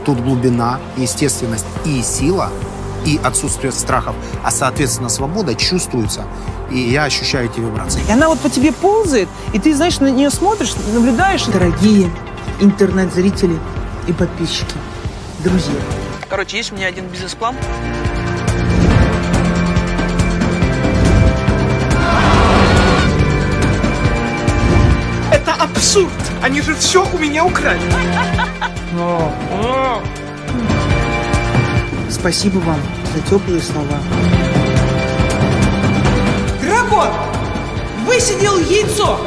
Тут глубина, естественность и сила, и отсутствие страхов, а, соответственно, свобода чувствуется, и я ощущаю эти вибрации. И она вот по тебе ползает, и ты, знаешь, на нее смотришь, наблюдаешь. Дорогие интернет-зрители и подписчики, друзья. Короче, есть у меня один бизнес-план. Это абсурд! Они же все у меня украли. Спасибо вам за теплые слова. Дракон! Высидел яйцо!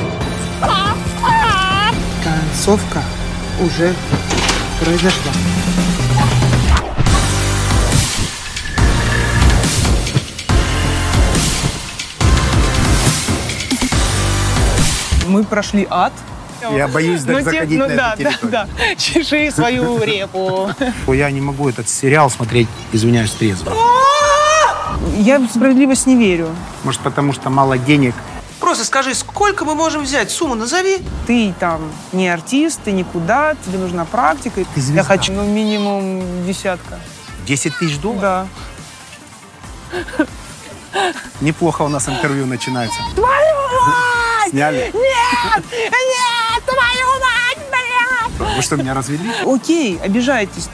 Концовка уже произошла. Мы прошли ад. Я боюсь даже заходить на эту территорию. Да. Чеши свою репу. Я не могу этот сериал смотреть, извиняюсь, трезво. Я в справедливость не верю. Может, потому что мало денег. Просто скажи, сколько мы можем взять? Сумму назови. Ты там не артист, ты никуда, тебе нужна практика. Ты звезда. Я хочу, минимум 10. 10 тысяч долларов? Да. Неплохо у нас интервью начинается. Твою мать! Сняли? Нет! Нет! Твою мать, блядь! Вы что, меня развели? Окей, обижаетесь.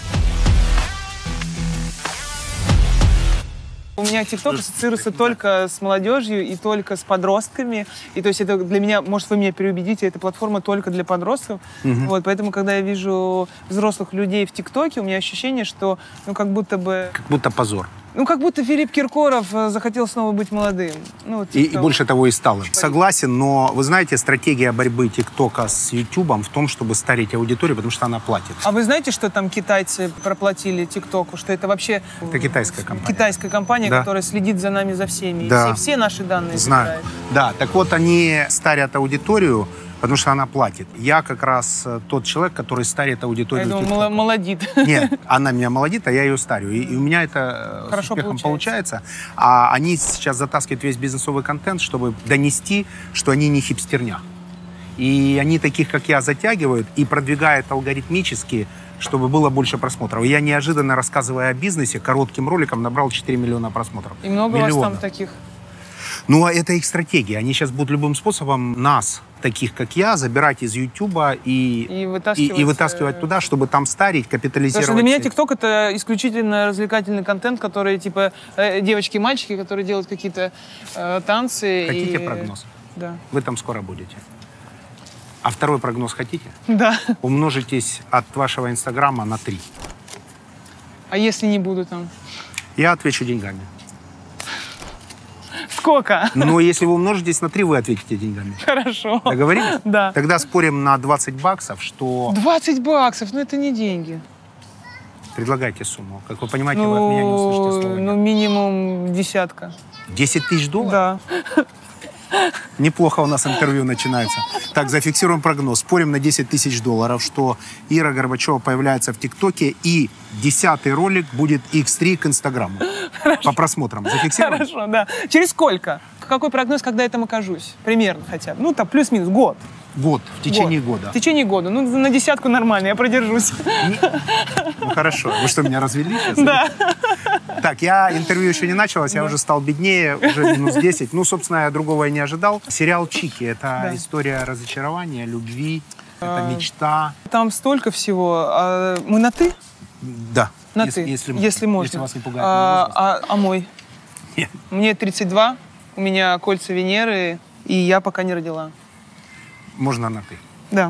У меня ТикТок ассоциируется только с молодежью и только с подростками. И то есть это для меня, может, вы меня переубедите, эта платформа только для подростков. Вот, поэтому, когда я вижу взрослых людей в ТикТоке, у меня ощущение, что, как будто бы... Как будто позор. Как будто Филипп Киркоров захотел снова быть молодым. И больше того и стал им. Согласен, но вы знаете, стратегия борьбы ТикТока с Ютубом в том, чтобы старить аудиторию, потому что она платит. А вы знаете, что там китайцы проплатили ТикТоку? Что это вообще... Это китайская компания. Китайская компания, да. Которая следит за нами, за всеми. Да. И все наши данные знаю. собирает. Да, так вот они старят аудиторию, потому что она платит. Я как раз тот человек, который старит аудиторию. Я думаю, молодит. Нет, она меня молодит, а я ее старю. И у меня это хорошо с успехом получается. А они сейчас затаскивают весь бизнесовый контент, чтобы донести, что они не хипстерня. И они таких, как я, затягивают и продвигают алгоритмически, чтобы было больше просмотров. И я неожиданно, рассказывая о бизнесе, коротким роликом набрал 4 миллиона просмотров. И много у вас там таких? А это их стратегия. Они сейчас будут любым способом нас, таких как я, забирать из Ютуба и вытаскивать туда, чтобы там старить, капитализировать. Потому что для меня ТикТок — это исключительно развлекательный контент, который, типа, девочки и мальчики, которые делают какие-то танцы. Хотите прогноз? Да. Вы там скоро будете. А второй прогноз хотите? Да. Умножитесь от вашего Инстаграма на 3. А если не буду там? Я отвечу деньгами. Сколько? Но если вы умножитесь на 3, вы ответите деньгами. Хорошо. Договорились? Да. Тогда спорим на 20 баксов, что... 20 баксов? Это не деньги. Предлагайте сумму. Как вы понимаете, вы от меня не услышите слова. Минимум 10. 10 тысяч долларов? Да. Неплохо у нас интервью начинается. Так, зафиксируем прогноз. Спорим на 10 тысяч долларов, что Ира Горбачева появляется в ТикТоке, и 10-й ролик будет X3 к Инстаграму. По просмотрам. Зафиксируем? Хорошо, да. Через сколько? Какой прогноз, когда я там окажусь? Примерно хотя бы. Там плюс-минус год. Год. В течение года. В течение года. На 10 нормально, я продержусь. Хорошо. Вы что, меня развели сейчас? Да. Так, интервью еще не началось, я уже стал беднее, уже минус 10. Собственно, я другого и не ожидал. Сериал «Чики» — это история разочарования, любви, это мечта. Там столько всего. Мы на «ты»? Да. На «ты», если можно. Если вас не пугает возраст. А мой? Нет. Мне 32, у меня кольца Венеры, и я пока не родила. Можно на «ты». Да.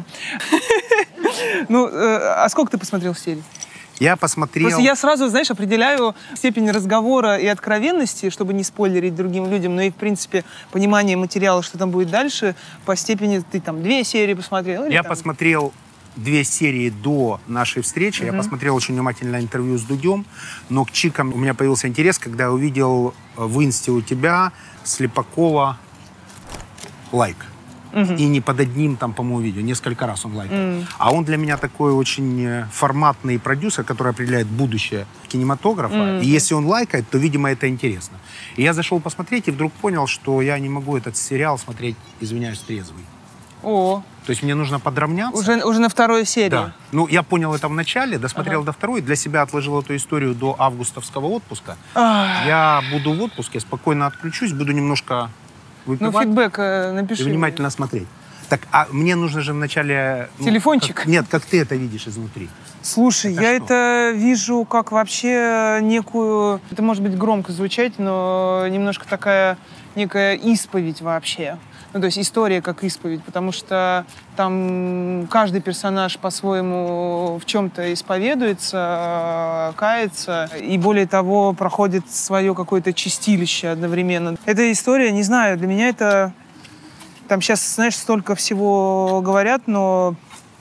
А сколько ты посмотрел серий? Я посмотрел... Просто я сразу, знаешь, определяю степень разговора и откровенности, чтобы не спойлерить другим людям, но и, в принципе, понимание материала, что там будет дальше, по степени ты там 2 серии посмотрел. Я посмотрел 2 серии до нашей встречи. Я посмотрел очень внимательно интервью с Дудем, но к «Чикам» у меня появился интерес, когда я увидел в инсте у тебя Слепакова лайк. И не под одним, по-моему, видео. Несколько раз он лайкал. А он для меня такой очень форматный продюсер, который определяет будущее кинематографа. И если он лайкает, то, видимо, это интересно. И я зашел посмотреть и вдруг понял, что я не могу этот сериал смотреть, извиняюсь, трезвый. О. То есть мне нужно подравняться. Уже на второй серии. Да. Ну, я понял это в начале, досмотрел до второй, для себя отложил эту историю до августовского отпуска. Я буду в отпуске, спокойно отключусь, буду немножко выпивать. Ну, фидбэк напиши. И внимательно смотреть. Так, а мне нужно же вначале... Телефончик? Нет, как ты это видишь изнутри. Слушай, я это вижу как вообще некую... Это может быть громко звучать, но немножко такая некая исповедь вообще. Ну, то есть история как исповедь, потому что там каждый персонаж по-своему в чем-то исповедуется, кается, и более того, проходит свое какое-то чистилище одновременно. Эта история, не знаю, для меня это... Там сейчас, знаешь, столько всего говорят, но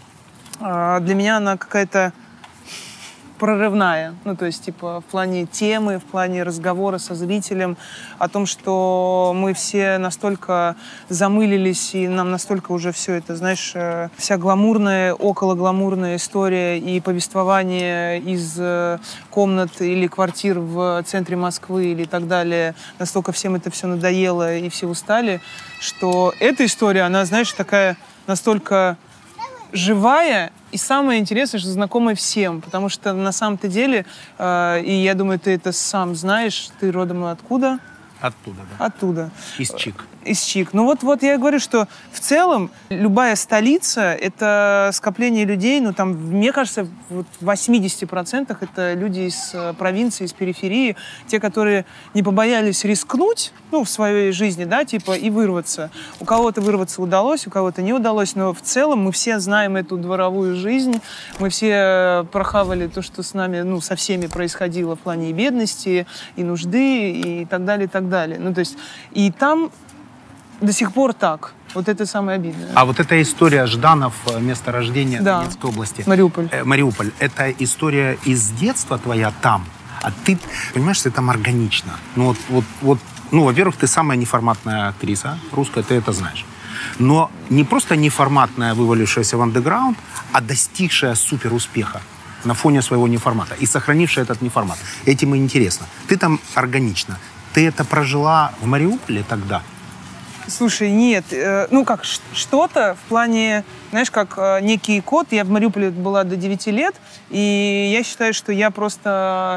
для меня она какая-то прорывная. Ну, то есть, типа, в плане темы, в плане разговора со зрителем о том, что мы все настолько замылились, и нам настолько уже все это, знаешь, вся гламурная, окологламурная история и повествование из комнат или квартир в центре Москвы или так далее, настолько всем это все надоело и все устали, что эта история, она, знаешь, такая настолько живая и самое интересное, что знакомая всем, потому что на самом-то деле, и я думаю, ты это сам знаешь, ты родом откуда? Оттуда, да. Оттуда. Из ЧИК. Из ЧИК. Ну вот я говорю, что в целом любая столица — это скопление людей, ну там, мне кажется, вот в 80% это люди из провинции, из периферии, те, которые не побоялись рискнуть, ну, в своей жизни, да, типа, и вырваться. У кого-то вырваться удалось, у кого-то не удалось, но в целом мы все знаем эту дворовую жизнь, мы все прохавали то, что с нами, ну, со всеми происходило в плане и бедности, и нужды, и так далее, и так далее. Ну, то есть, и там до сих пор так. Вот это самое обидное. А вот эта история Жданов, место рождения Донецкой области. Мариуполь. Мариуполь. Это история из детства твоя там, а ты понимаешь, что это там органично. Ну, ну, во-первых, ты самая неформатная актриса русская, ты это знаешь. Но не просто неформатная, вывалившаяся в андеграунд, а достигшая суперуспеха на фоне своего неформата и сохранившая этот неформат. Этим и интересно. Ты там органично. Ты это прожила в Мариуполе тогда? Слушай, нет. Ну как, что-то в плане, знаешь, как некий код. Я в Мариуполе была до 9 лет, и я считаю, что я просто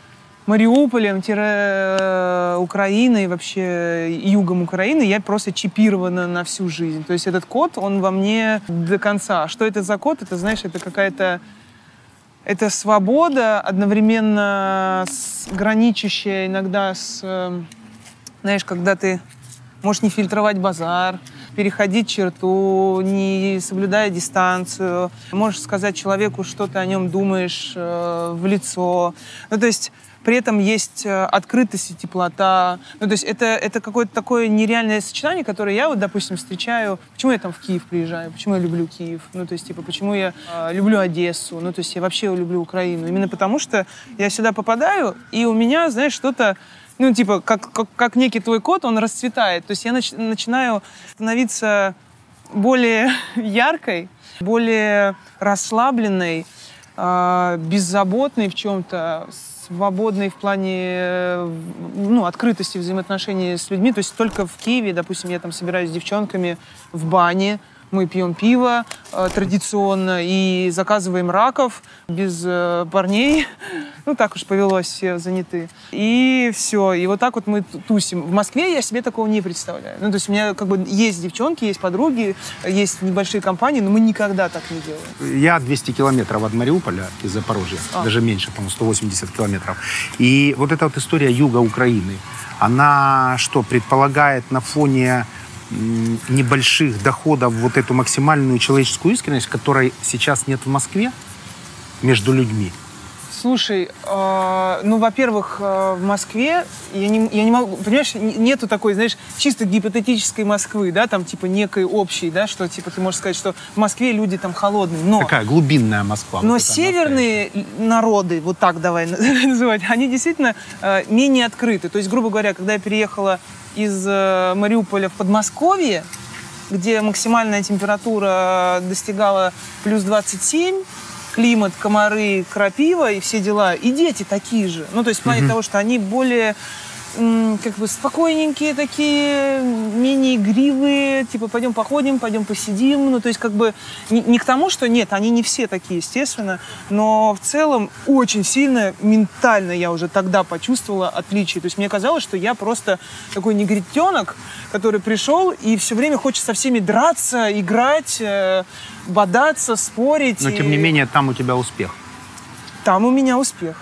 Мариуполем-Украиной, вообще югом Украины, я просто чипирована на всю жизнь. То есть этот код, он во мне до конца. Что это за код? Это, знаешь, это какая-то... Это свобода, одновременно граничащая иногда с... Знаешь, когда ты можешь не фильтровать базар, переходить черту, не соблюдая дистанцию. Можешь сказать человеку, что ты о нем думаешь в лицо. Ну, то есть при этом есть открытость и теплота. Ну, то есть это какое-то такое нереальное сочетание, которое я, вот, допустим, встречаю. Почему я там в Киев приезжаю? Почему я люблю Киев? Ну, то есть, типа, почему я люблю Одессу? Ну, то есть я вообще люблю Украину. Именно потому, что я сюда попадаю, и у меня, знаешь, что-то, ну, типа, как некий твой кот, он расцветает. То есть я начинаю становиться более яркой, более расслабленной, беззаботной в чем-то, свободной в плане, ну, открытости взаимоотношений с людьми. То есть только в Киеве, допустим, я там собираюсь с девчонками в бане, мы пьем пиво традиционно и заказываем раков без парней. Ну, так уж повелось, все заняты. И все. И вот так вот мы тусим. В Москве я себе такого не представляю. Ну, то есть у меня как бы есть девчонки, есть подруги, есть небольшие компании, но мы никогда так не делаем. Я 200 километров от Мариуполя из Запорожья. Даже меньше, по-моему, 180 километров. И вот эта вот история юга Украины, она что, предполагает на фоне небольших доходов вот эту максимальную человеческую искренность, которой сейчас нет в Москве между людьми? Слушай, ну, во-первых, в Москве я не могу, понимаешь, нету такой, знаешь, чисто гипотетической Москвы, да, там, типа, некой общей, да, что, типа, ты можешь сказать, что в Москве люди там холодные, но... Такая глубинная Москва. Но вот северные народы, вот так давай называть, они действительно менее открыты. То есть, грубо говоря, когда я переехала из Мариуполя в Подмосковье, где максимальная температура достигала плюс 27, климат, комары, крапива и все дела, и дети такие же. Ну, то есть в плане того, что они более как бы спокойненькие такие, менее игривые, типа пойдем походим, пойдем посидим. Ну, то есть как бы не к тому, что нет, они не все такие, естественно, но в целом очень сильно ментально я уже тогда почувствовала отличие. То есть мне казалось, что я просто такой негритенок, который пришел и все время хочет со всеми драться, играть, бодаться, спорить. Но тем не менее там у тебя успех. Там у меня успех.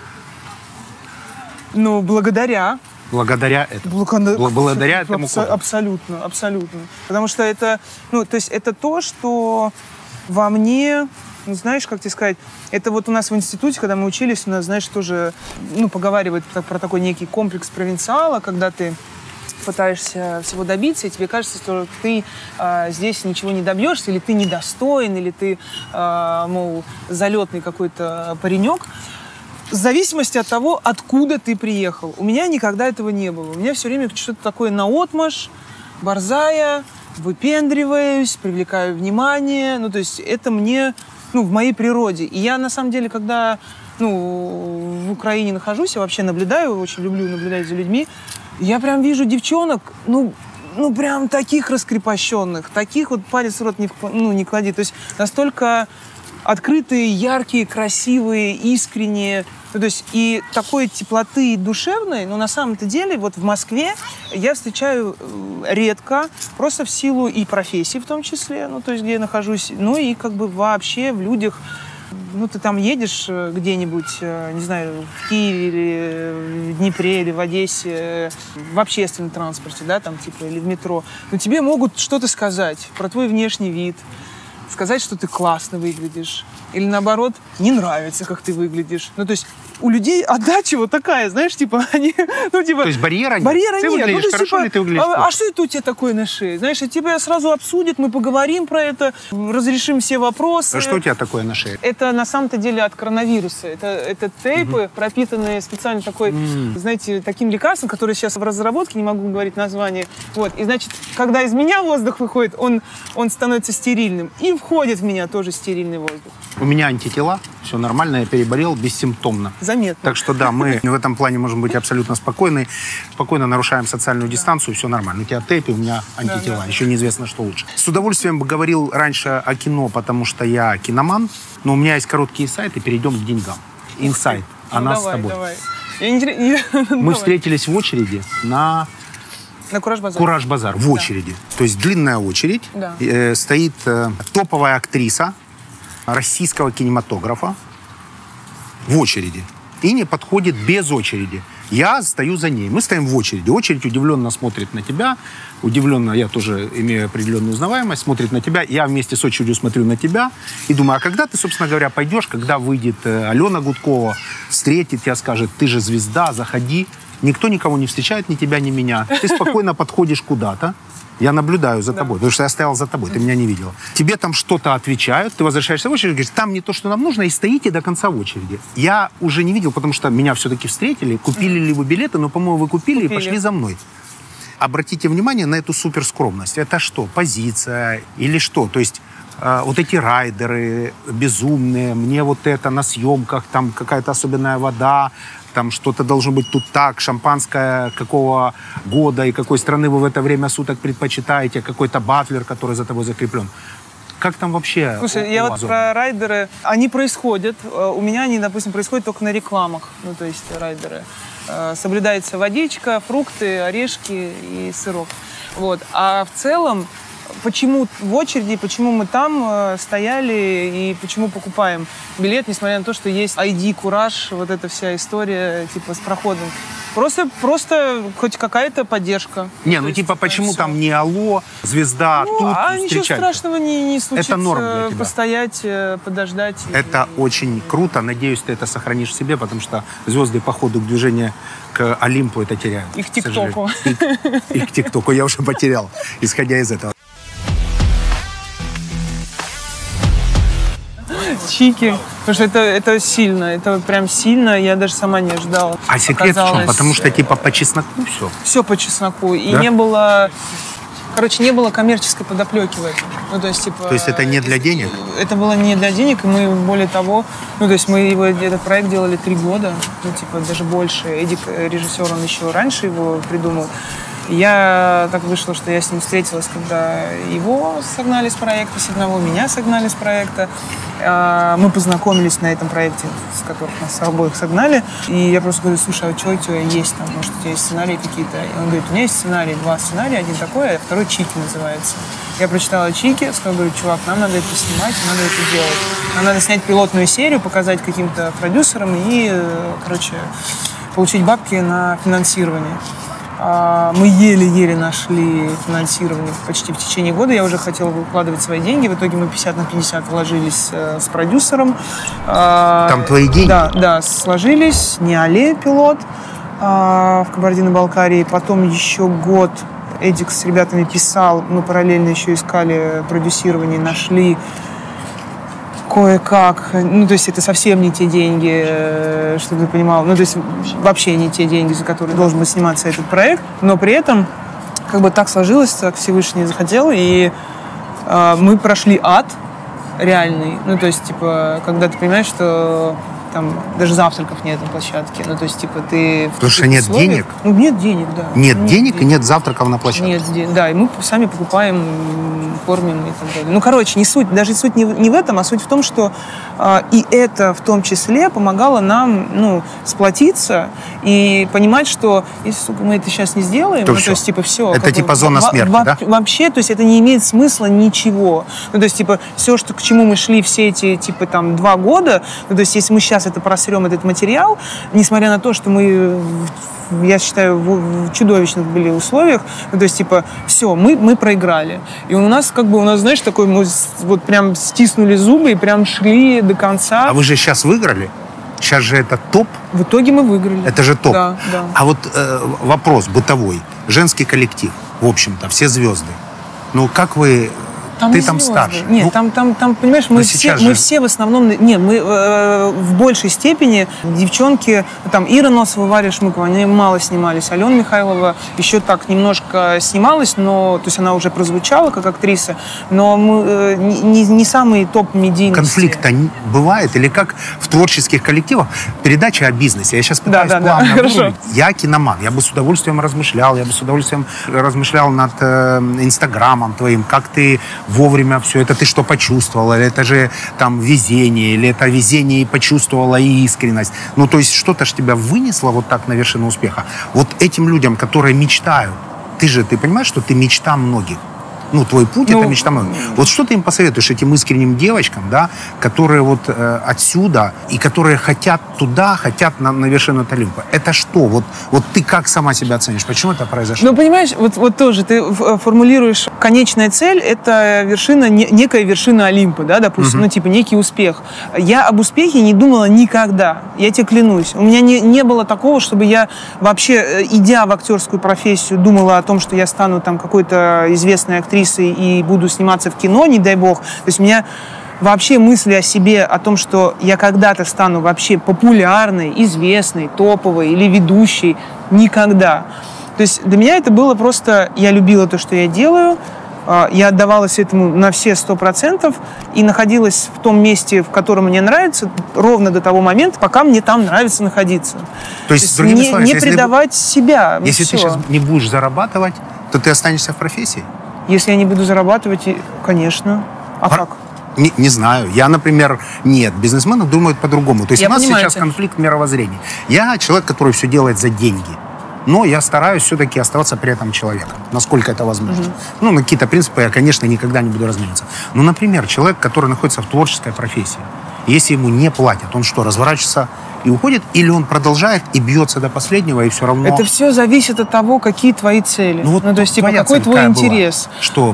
Ну, благодаря этому. Благодаря этому коду. Абсолютно, абсолютно. Потому что это, ну, то есть это то, что во мне, ну, знаешь, как тебе сказать, это вот у нас в институте, когда мы учились, у нас, знаешь, тоже, ну, поговаривают про такой некий комплекс провинциала, когда ты пытаешься всего добиться, и тебе кажется, что ты здесь ничего не добьешься, или ты недостоин, или ты, мол, залетный какой-то паренек. В зависимости от того, откуда ты приехал. У меня никогда этого не было. У меня все время что-то такое наотмашь, борзая, выпендриваюсь, привлекаю внимание. Ну, то есть это мне, ну, в моей природе. И я, на самом деле, когда, ну, в Украине нахожусь, я вообще наблюдаю, очень люблю наблюдать за людьми, я прям вижу девчонок, ну прям таких раскрепощенных, таких вот палец в рот не клади. То есть настолько открытые, яркие, красивые, искренние. Ну, то есть и такой теплоты душевной, но на самом-то деле вот в Москве я встречаю редко, просто в силу и профессии в том числе, ну, то есть где я нахожусь, ну и как бы вообще в людях. Ну, ты там едешь где-нибудь, не знаю, в Киеве или в Днепре, или в Одессе, в общественном транспорте, да, там, типа, или в метро, но тебе могут что-то сказать про твой внешний вид, сказать, что ты классно выглядишь, или наоборот, не нравится, как ты выглядишь. Ну, то есть у людей отдача вот такая, знаешь, типа, они, ну, типа... То есть барьера нет? Барьера ты нет. выглядишь Ну, то есть, хорошо, типа, или ты выглядишь плохо? А что это у тебя такое на шее? Знаешь, тебя сразу обсудят, мы поговорим про это, разрешим все вопросы. А что у тебя такое на шее? Это на самом-то деле от коронавируса. Это тейпы, пропитанные специально такой, знаете, таким лекарством, которое сейчас в разработке, не могу говорить название. Вот. И, значит, когда из меня воздух выходит, он становится стерильным. И входит в меня тоже стерильный воздух. У меня антитела, все нормально, я переболел бессимптомно. Заметно. Так что да, мы в этом плане можем быть абсолютно спокойны. Спокойно нарушаем социальную дистанцию, все нормально. У тебя тейпы, у меня антитела. Еще неизвестно, что лучше. С удовольствием бы говорил раньше о кино, потому что я киноман. Но у меня есть короткие сайты, перейдем к деньгам. Инсайт о нас с тобой. Давай. Мы встретились в очереди на Кураж-базар. Кураж-базар, в очереди. То есть длинная очередь. Да. Стоит топовая актриса российского кинематографа в очереди. И не подходит без очереди. Я стою за ней. Мы стоим в очереди. Очередь удивленно смотрит на тебя. Удивленно, я тоже имею определенную узнаваемость, смотрит на тебя. Я вместе с очередью смотрю на тебя и думаю, а когда ты, собственно говоря, пойдешь, когда выйдет Алена Гудкова, встретит тебя, скажет, ты же звезда, заходи. Никто никого не встречает, ни тебя, ни меня. Ты спокойно подходишь куда-то. Я наблюдаю за тобой, потому что я стоял за тобой, ты меня не видела. Тебе там что-то отвечают, ты возвращаешься в очередь, говоришь, там не то, что нам нужно, и стоите до конца в очереди. Я уже не видел, потому что меня все-таки встретили, купили ли вы билеты, но, по-моему, вы купили и пошли за мной. Обратите внимание на эту суперскромность. Это что, позиция или что? То есть вот эти райдеры безумные, мне вот это на съемках, там какая-то особенная вода, там что-то должно быть тут так, шампанское какого года и какой страны вы в это время суток предпочитаете, какой-то батлер, который за тобой закреплен. Как там вообще? Слушай, я вот про райдеры, они происходят, у меня они, допустим, происходят только на рекламах, ну, то есть райдеры. Соблюдается водичка, фрукты, орешки и сырок. Вот. А в целом, почему в очереди, почему мы там стояли и почему покупаем билет, несмотря на то, что есть ID, Кураж, вот эта вся история типа с проходом. Просто хоть какая-то поддержка. Не, ну типа почему там не алло, звезда, ну, тут а встречать? Ничего страшного не случится. Это норм для тебя. Постоять, подождать. Это очень круто. Надеюсь, ты это сохранишь в себе, потому что звезды по ходу движения к Олимпу это теряют. И к ТикТоку. И к ТикТоку я уже потерял, исходя из этого. Чики. Потому что это сильно, это прям сильно, я даже сама не ожидала. А секрет в чем? Потому что типа по чесноку все? Все по чесноку. И да? не было, короче, не было коммерческой подоплеки в этом. Ну, то есть, типа... То есть это не для денег? Это было не для денег, и мы, более того, ну, то есть мы этот проект делали 3 года, ну, типа, даже больше. Эдик, режиссер, он еще раньше его придумал. Я так вышло, что я с ним встретилась, когда его согнали с проекта, с одного, меня согнали с проекта. Мы познакомились на этом проекте, с которых нас обоих согнали. И я просто говорю, слушай, а что у тебя есть там? Может, у тебя есть сценарии какие-то? И он говорит, у меня есть сценарий, 2 сценария, один такой, а второй Чики называется. Я прочитала Чики, сказала, говорю, чувак, нам надо это снимать, надо это делать. Нам надо снять пилотную серию, показать каким-то продюсерам и, короче, получить бабки на финансирование. Мы еле-еле нашли финансирование почти в течение года. Я уже хотела выкладывать свои деньги. В итоге мы 50/50 вложились с продюсером. Там твои деньги? Да, сложились. Неале пилот в Кабардино-Балкарии. Потом еще год Эдик с ребятами писал. Мы параллельно еще искали продюсирование, нашли кое-как. Ну, то есть это совсем не те деньги, чтобы ты понимал. Ну, то есть вообще не те деньги, за которые должен был сниматься этот проект. Но при этом как бы так сложилось, так Всевышний захотел, и мы прошли ад реальный. Ну, то есть, типа, когда ты понимаешь, что там даже завтраков нет на площадке. Ну, то есть, типа, ты... Потому что нет денег? Ну, нет денег, да. Нет денег и нет завтраков на площадке? Нет денег, да. И мы сами покупаем, кормим и так далее. Ну, короче, не суть, даже суть не в этом, а суть в том, что и это в том числе помогало нам, ну, сплотиться и понимать, что если, сука, мы это сейчас не сделаем, то ну, все. то есть, типа, все. Это типа зона смерти, да? Вообще, то есть это не имеет смысла ничего. Ну, то есть, типа, все, что, к чему мы шли все эти, типа, там, 2 года, ну, то есть, если мы сейчас это просрем, этот материал, несмотря на то, что мы, я считаю, в чудовищных были условиях, ну, то есть, типа, все, мы проиграли. И у нас, как бы, знаешь, такой, мы вот прям стиснули зубы и прям шли до конца. А вы же сейчас выиграли? Сейчас же это топ. В итоге мы выиграли. Это же топ. Да. А вот вопрос бытовой. Женский коллектив, в общем-то, все звезды. Ну, как вы... Там ты там старше. Нет, там, понимаешь, мы все в основном... Нет, мы в большей степени девчонки, там Ира Носова, Варя Шмыкова, они мало снимались. Алена Михайлова еще так немножко снималась, но, то есть она уже прозвучала как актриса, но мы не самые топ-медийности. Конфликт бывает? Или как в творческих коллективах? Передача о бизнесе. Я сейчас пытаюсь плавно выразить. Я киноман. Я бы с удовольствием размышлял. Я бы с удовольствием размышлял над Инстаграмом твоим. Как ты вовремя все это, ты что почувствовала, или это же там везение, или это везение и почувствовала, и искренность. Ну, то есть что-то ж тебя вынесло вот так на вершину успеха. Вот этим людям, которые мечтают, ты понимаешь, что ты мечта многих? Ну, твой путь — это мечта многих. Вот что ты им посоветуешь, этим искренним девочкам, да, которые вот отсюда, и которые хотят туда, хотят на вершину Олимпа? Это что? Вот ты как сама себя оценишь? Почему это произошло? Ну, понимаешь, вот тоже ты формулируешь, конечная цель — это вершина, некая вершина Олимпа, да, допустим, ну, типа некий успех. Я об успехе не думала никогда, я тебе клянусь. У меня не было такого, чтобы я вообще, идя в актерскую профессию, думала о том, что я стану там какой-то известной актрисой и буду сниматься в кино, не дай бог. То есть у меня вообще мысли о себе, о том, что я когда-то стану вообще популярной, известной, топовой или ведущей, никогда. То есть для меня это было просто... Я любила то, что я делаю, я отдавалась этому на все 100% и находилась в том месте, в котором мне нравится, ровно до того момента, пока мне там нравится находиться. То есть другими словами, не предавать себя. Если ты сейчас не будешь зарабатывать, то ты останешься в профессии? Если я не буду зарабатывать, конечно. А как? Не знаю. Я, например, нет. Бизнесмены думают по-другому. То есть у нас сейчас конфликт мировоззрений. Я человек, который все делает за деньги. Но я стараюсь все-таки оставаться при этом человеком, насколько это возможно. Ну, на какие-то принципы я, конечно, никогда не буду размениваться. Ну, например, человек, который находится в творческой профессии, если ему не платят, он что, разворачивается и уходит, или он продолжает и бьется до последнего, и все равно... Это все зависит от того, какие твои цели. Ну, вот то есть, типа, какой твой интерес. Была? Что?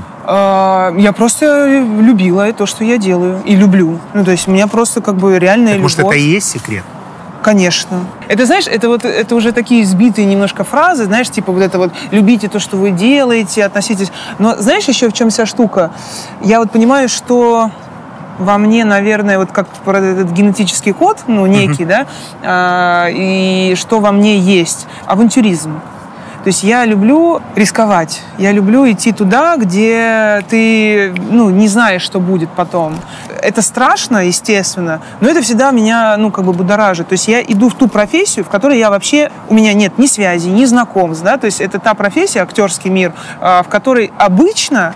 Я просто любила то, что я делаю, и люблю. Ну, то есть, у меня просто как бы реальная любовь. Может, это и есть секрет? Конечно. Это, знаешь, это уже такие сбитые немножко фразы, знаешь, типа вот это вот «любите то, что вы делаете, относитесь». Но знаешь еще в чем вся штука? Я вот понимаю, что во мне, наверное, вот как этот генетический код, ну, некий, да, и что во мне есть? Авантюризм. То То есть я люблю рисковать. Я люблю идти туда, где ты, не знаешь, что будет потом. Это страшно, естественно, но это всегда меня, будоражит. То есть я иду в ту профессию, в которой у меня нет ни связи, ни знакомств, да, то есть это та профессия, актерский мир, в которой обычно,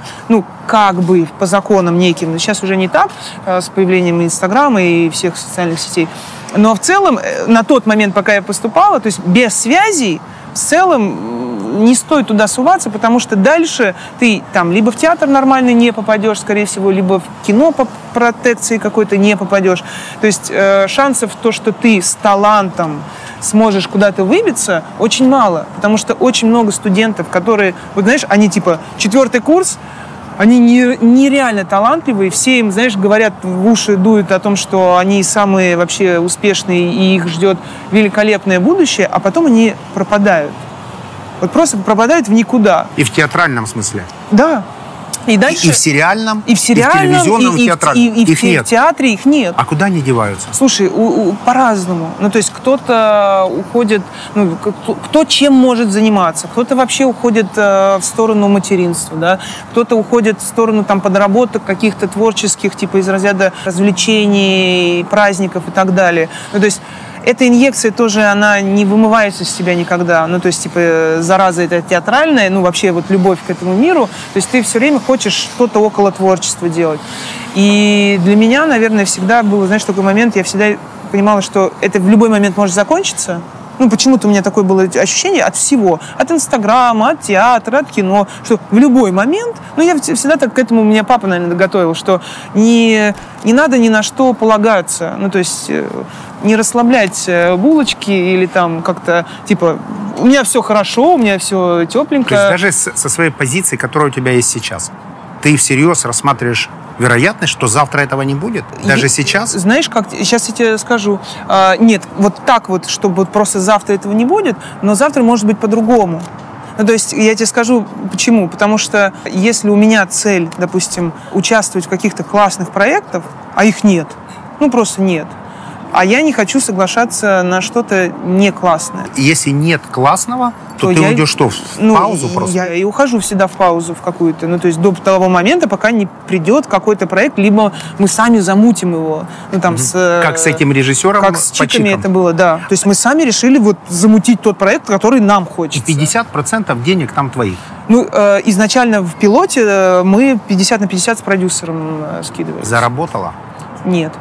по законам неким, но сейчас уже не так, с появлением Инстаграма и всех социальных сетей, но в целом на тот момент, пока я поступала, то есть без связей, в целом не стоит туда суваться, потому что дальше ты там либо в театр нормальный не попадешь, скорее всего, либо в кино по протекции какой-то не попадешь. То есть шансов то, что ты с талантом сможешь куда-то выбиться, очень мало. Потому что очень много студентов, которые, они 4-й курс, они нереально талантливые, все им, говорят, в уши дуют о том, что они самые вообще успешные, и их ждет великолепное будущее, а потом они пропадают. Вот просто пропадают в никуда. И в театральном смысле? Да. И дальше... И в сериальном, и в телевизионном, и в театральном. И в театре их нет. А куда они деваются? Слушай, по-разному. То есть кто-то уходит, кто чем может заниматься. Кто-то вообще уходит в сторону материнства, да. Кто-то уходит в сторону подработок каких-то творческих, из разряда развлечений, праздников и так далее. То есть эта инъекция тоже, она не вымывается из себя никогда. Зараза эта театральная, вообще любовь к этому миру. То есть ты все время хочешь что-то около творчества делать. И для меня, наверное, всегда был, такой момент, я всегда понимала, что это в любой момент может закончиться. Почему-то у меня такое было ощущение от всего. От Инстаграма, от театра, от кино. Что в любой момент... я всегда так к этому меня папа, наверное, готовил, что не надо ни на что полагаться. То есть не расслаблять булочки или как-то, у меня все хорошо, у меня все тепленько. То есть даже со своей позиции, которая у тебя есть сейчас, ты всерьез рассматриваешь вероятность, что завтра этого не будет? Даже сейчас? Знаешь, как? Сейчас я тебе скажу. Нет, чтобы просто завтра этого не будет, но завтра может быть по-другому. То есть я тебе скажу, почему. Потому что если у меня цель, допустим, участвовать в каких-то классных проектах, а их нет, просто нет, а я не хочу соглашаться на что-то не классное. Если нет классного, то ты уйдешь что, в паузу просто? Я и ухожу всегда в паузу в какую-то. То есть до того момента, пока не придет какой-то проект, либо мы сами замутим его. Как с этим режиссером? Как с Чиками это было, да. То есть мы сами решили замутить тот проект, который нам хочется. И 50% денег там твоих? Изначально в пилоте мы 50 на 50 с продюсером скидывали. Заработала? Нет.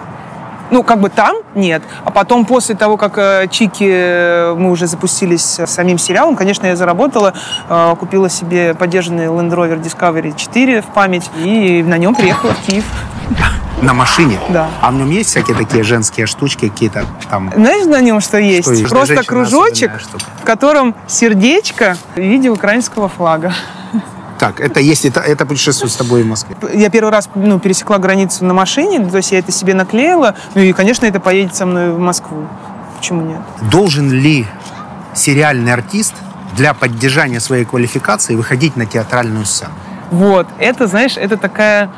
Там нет. А потом, после того, как Чики мы уже запустились самим сериалом, конечно, я заработала, купила себе подержанный Land Rover Discovery 4 в память и на нем приехала в Киев. На машине? Да. А в нем есть всякие такие женские штучки какие-то там? Знаешь, на нем что есть? Просто кружочек, в котором сердечко в виде украинского флага. Так, это путешествует с тобой в Москве? Я первый раз пересекла границу на машине, то есть я это себе наклеила, и, конечно, это поедет со мной в Москву. Почему нет? Должен ли сериальный артист для поддержания своей квалификации выходить на театральную сцену? Это, знаешь, это такая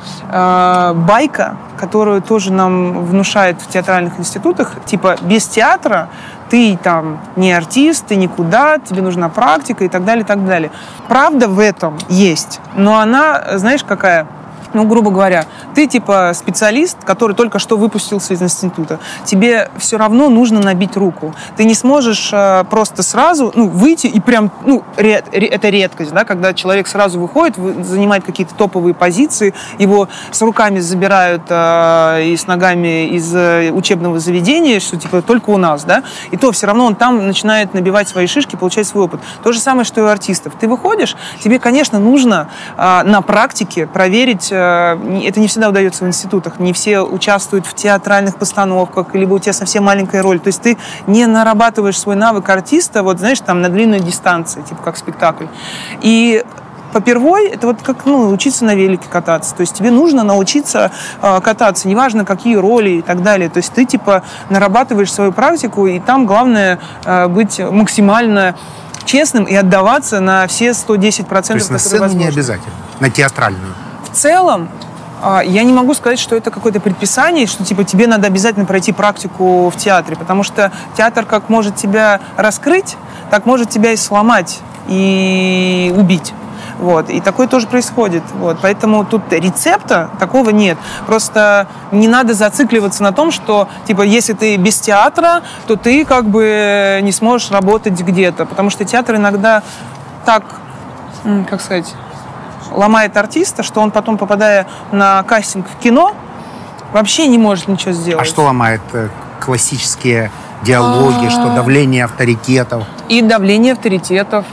байка, которую тоже нам внушают в театральных институтах. Без театра ты не артист, ты никуда, тебе нужна практика и так далее, и так далее. Правда в этом есть, но она, знаешь, какая? Грубо говоря, ты специалист, который только что выпустился из института. Тебе все равно нужно набить руку. Ты не сможешь просто сразу выйти и прям, это редкость, да, когда человек сразу выходит, занимает какие-то топовые позиции, его с руками забирают и с ногами из учебного заведения, что только у нас, да, и то все равно он там начинает набивать свои шишки, получать свой опыт. То же самое, что и у артистов. Ты выходишь, тебе, конечно, нужно на практике проверить. Это не всегда удается в институтах. Не все участвуют в театральных постановках, либо у тебя совсем маленькая роль. То есть ты не нарабатываешь свой навык артиста, на длинной дистанции, как спектакль. И попервой это как учиться на велике кататься. То есть тебе нужно научиться кататься, неважно какие роли и так далее. То есть ты нарабатываешь свою практику, и там главное быть максимально честным и отдаваться на все 110%. То есть на сцену не обязательно, на театральную? В целом, я не могу сказать, что это какое-то предписание, что тебе надо обязательно пройти практику в театре, потому что театр как может тебя раскрыть, так может тебя и сломать. и убить. Вот. И такое тоже происходит. Вот. Поэтому тут рецепта такого нет. Просто не надо зацикливаться на том, что, типа, если ты без театра, то ты как бы не сможешь работать где-то. Потому что театр иногда так, как сказать, ломает артиста, что он потом, попадая на кастинг в кино, вообще не может ничего сделать. А что ломает? Классические диалоги, что давление авторитетов? И давление авторитетов,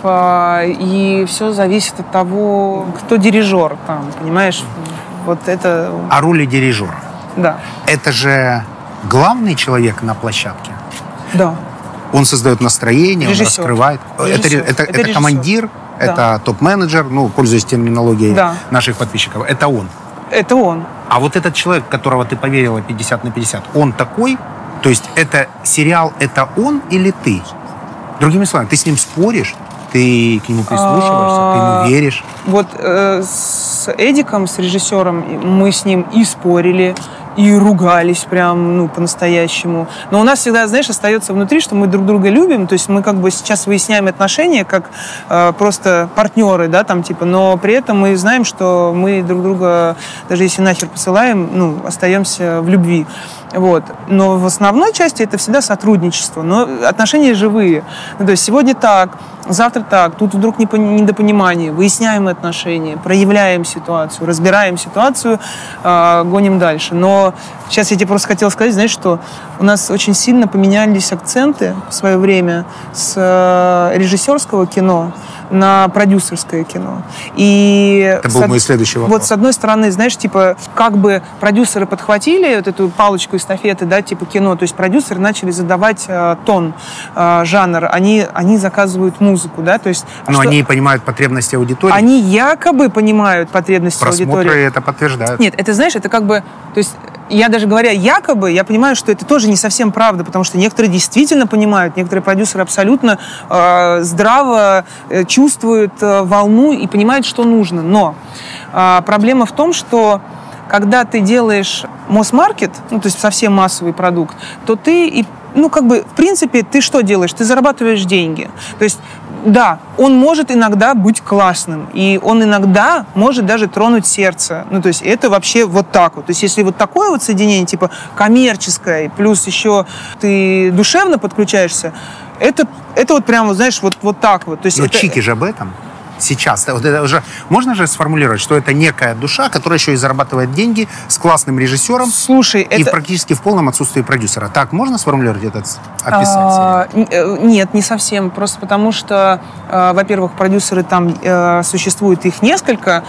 и все зависит от того, кто дирижер там, понимаешь? Вот это... О роли дирижера. Да. Это же главный человек на площадке? Да. Он создает настроение, Режиссер. он раскрывает. Режиссер. Это командир, да. Это топ-менеджер, ну, пользуясь терминологией да. наших подписчиков. Это он. Это он. А вот этот человек, которого ты поверила 50/50, он такой? То есть это сериал, это он или ты? Другими словами, ты с ним споришь, ты к нему прислушиваешься, ты ему веришь? Вот с Эдиком, с режиссером, мы с ним и спорили, и ругались прям, ну, по-настоящему. Но у нас всегда, знаешь, остается внутри, что мы друг друга любим, то есть мы как бы сейчас выясняем отношения как просто партнеры, да, там типа, но при этом мы знаем, что мы друг друга, даже если нахер посылаем, ну, остаемся в любви. Вот. Но в основной части это всегда сотрудничество, но отношения живые. Ну, то есть сегодня так, завтра так, тут вдруг недопонимание, выясняем отношения, проявляем ситуацию, разбираем ситуацию, гоним дальше. Но сейчас я тебе просто хотела сказать, знаешь, что у нас очень сильно поменялись акценты в свое время с режиссерского кино на продюсерское кино. И это был мой следующий вопрос. Вот с одной стороны, знаешь, типа, как бы продюсеры подхватили вот эту палочку эстафеты, да, типа кино, то есть продюсеры начали задавать тон, жанр, они заказывают музыку, да, то есть... Но они понимают потребности аудитории? Они якобы понимают потребности аудитории. Просмотры это подтверждают. Нет, это, знаешь, это как бы... То есть я даже говоря якобы, я понимаю, что это тоже не совсем правда, потому что некоторые действительно понимают, некоторые продюсеры абсолютно здраво чувствуют волну и понимают, что нужно. Но проблема в том, что когда ты делаешь масс-маркет, ну, то есть совсем массовый продукт, то ты, ну, как бы, в принципе, ты что делаешь? Ты зарабатываешь деньги. То есть, да, он может иногда быть классным, и он иногда может даже тронуть сердце. Ну, то есть, это вообще вот так вот. То есть, если вот такое вот соединение, типа, коммерческое, плюс еще ты душевно подключаешься, это вот прямо, знаешь, вот так вот. То есть, но это... Чики же об этом. Сейчас. Вот это уже, можно же сформулировать, что это некая душа, которая еще и зарабатывает деньги с классным режиссером. Слушай, и практически в полном отсутствии продюсера. Так можно сформулировать это, описать? Нет, не совсем. Просто потому что, во-первых, продюсеры там существует их несколько,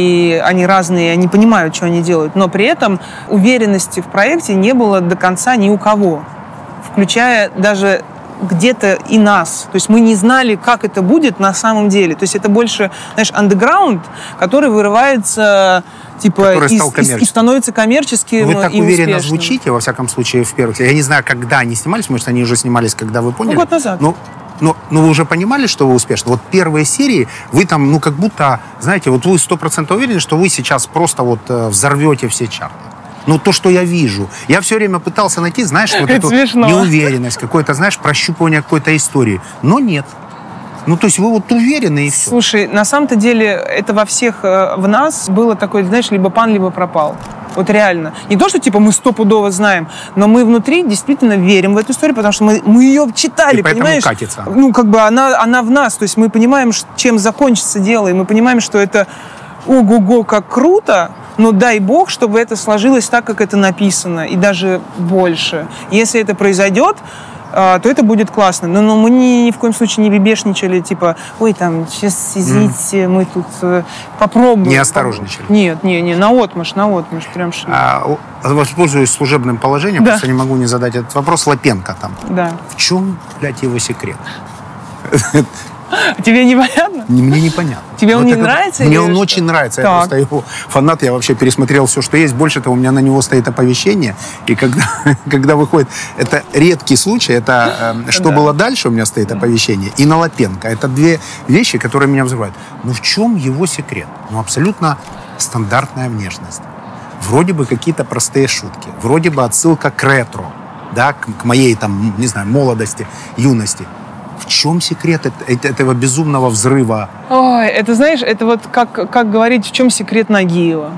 и они разные, они понимают, что они делают. Но при этом уверенности в проекте не было до конца ни у кого. Включая даже где-то и нас. То есть мы не знали, как это будет на самом деле. То есть это больше, знаешь, андеграунд, который вырывается типа и становится коммерческим. Вы так и уверенно успешным. Звучите, во всяком случае, в первых. Я не знаю, когда они снимались, может, они уже снимались, когда вы поняли. Год назад. Но вы уже понимали, что вы успешны? Вот первые серии, вы там, ну, как будто, знаете, вот вы 100% уверены, что вы сейчас просто вот взорвете все чарты. Ну, то, что я вижу. Я все время пытался найти, знаешь, вот эту неуверенность, какое-то, знаешь, прощупывание какой-то истории. Но нет. Ну, то есть вы вот уверены и все. Слушай, на самом-то деле это во всех в нас было такое, знаешь, либо пан, либо пропал. Вот реально. Не то, что типа мы стопудово знаем, но мы внутри действительно верим в эту историю, потому что мы ее читали, и поэтому понимаешь? Катится. Ну, как бы она в нас. То есть мы понимаем, чем закончится дело, и мы понимаем, что это ого-го, как круто, но дай бог, чтобы это сложилось так, как это написано, и даже больше. Если это произойдет, то это будет классно. Но мы ни в коем случае не бебешничали, типа, ой, там, сейчас, извините, мы тут попробуем. Не осторожничали? Нет, наотмашь, прям шли. Воспользуюсь служебным положением, да. просто не могу не задать этот вопрос. Лапенко там. Да. В чем, блядь, его секрет? Тебе непонятно? Мне непонятно. Тебе он не нравится? Мне он очень нравится. Я просто его фанат. Я вообще пересмотрел все, что есть. Больше того, у меня на него стоит оповещение. И когда выходит... Это редкий случай. Это что было дальше, у меня стоит оповещение. И на Лапенко. Это две вещи, которые меня взрывают. Ну в чем его секрет? Ну абсолютно стандартная внешность. Вроде бы какие-то простые шутки. Вроде бы отсылка к ретро. Да, к моей там, не знаю, молодости, юности. В чем секрет этого безумного взрыва? Ой, это, знаешь, это вот как говорить, в чем секрет Нагиева.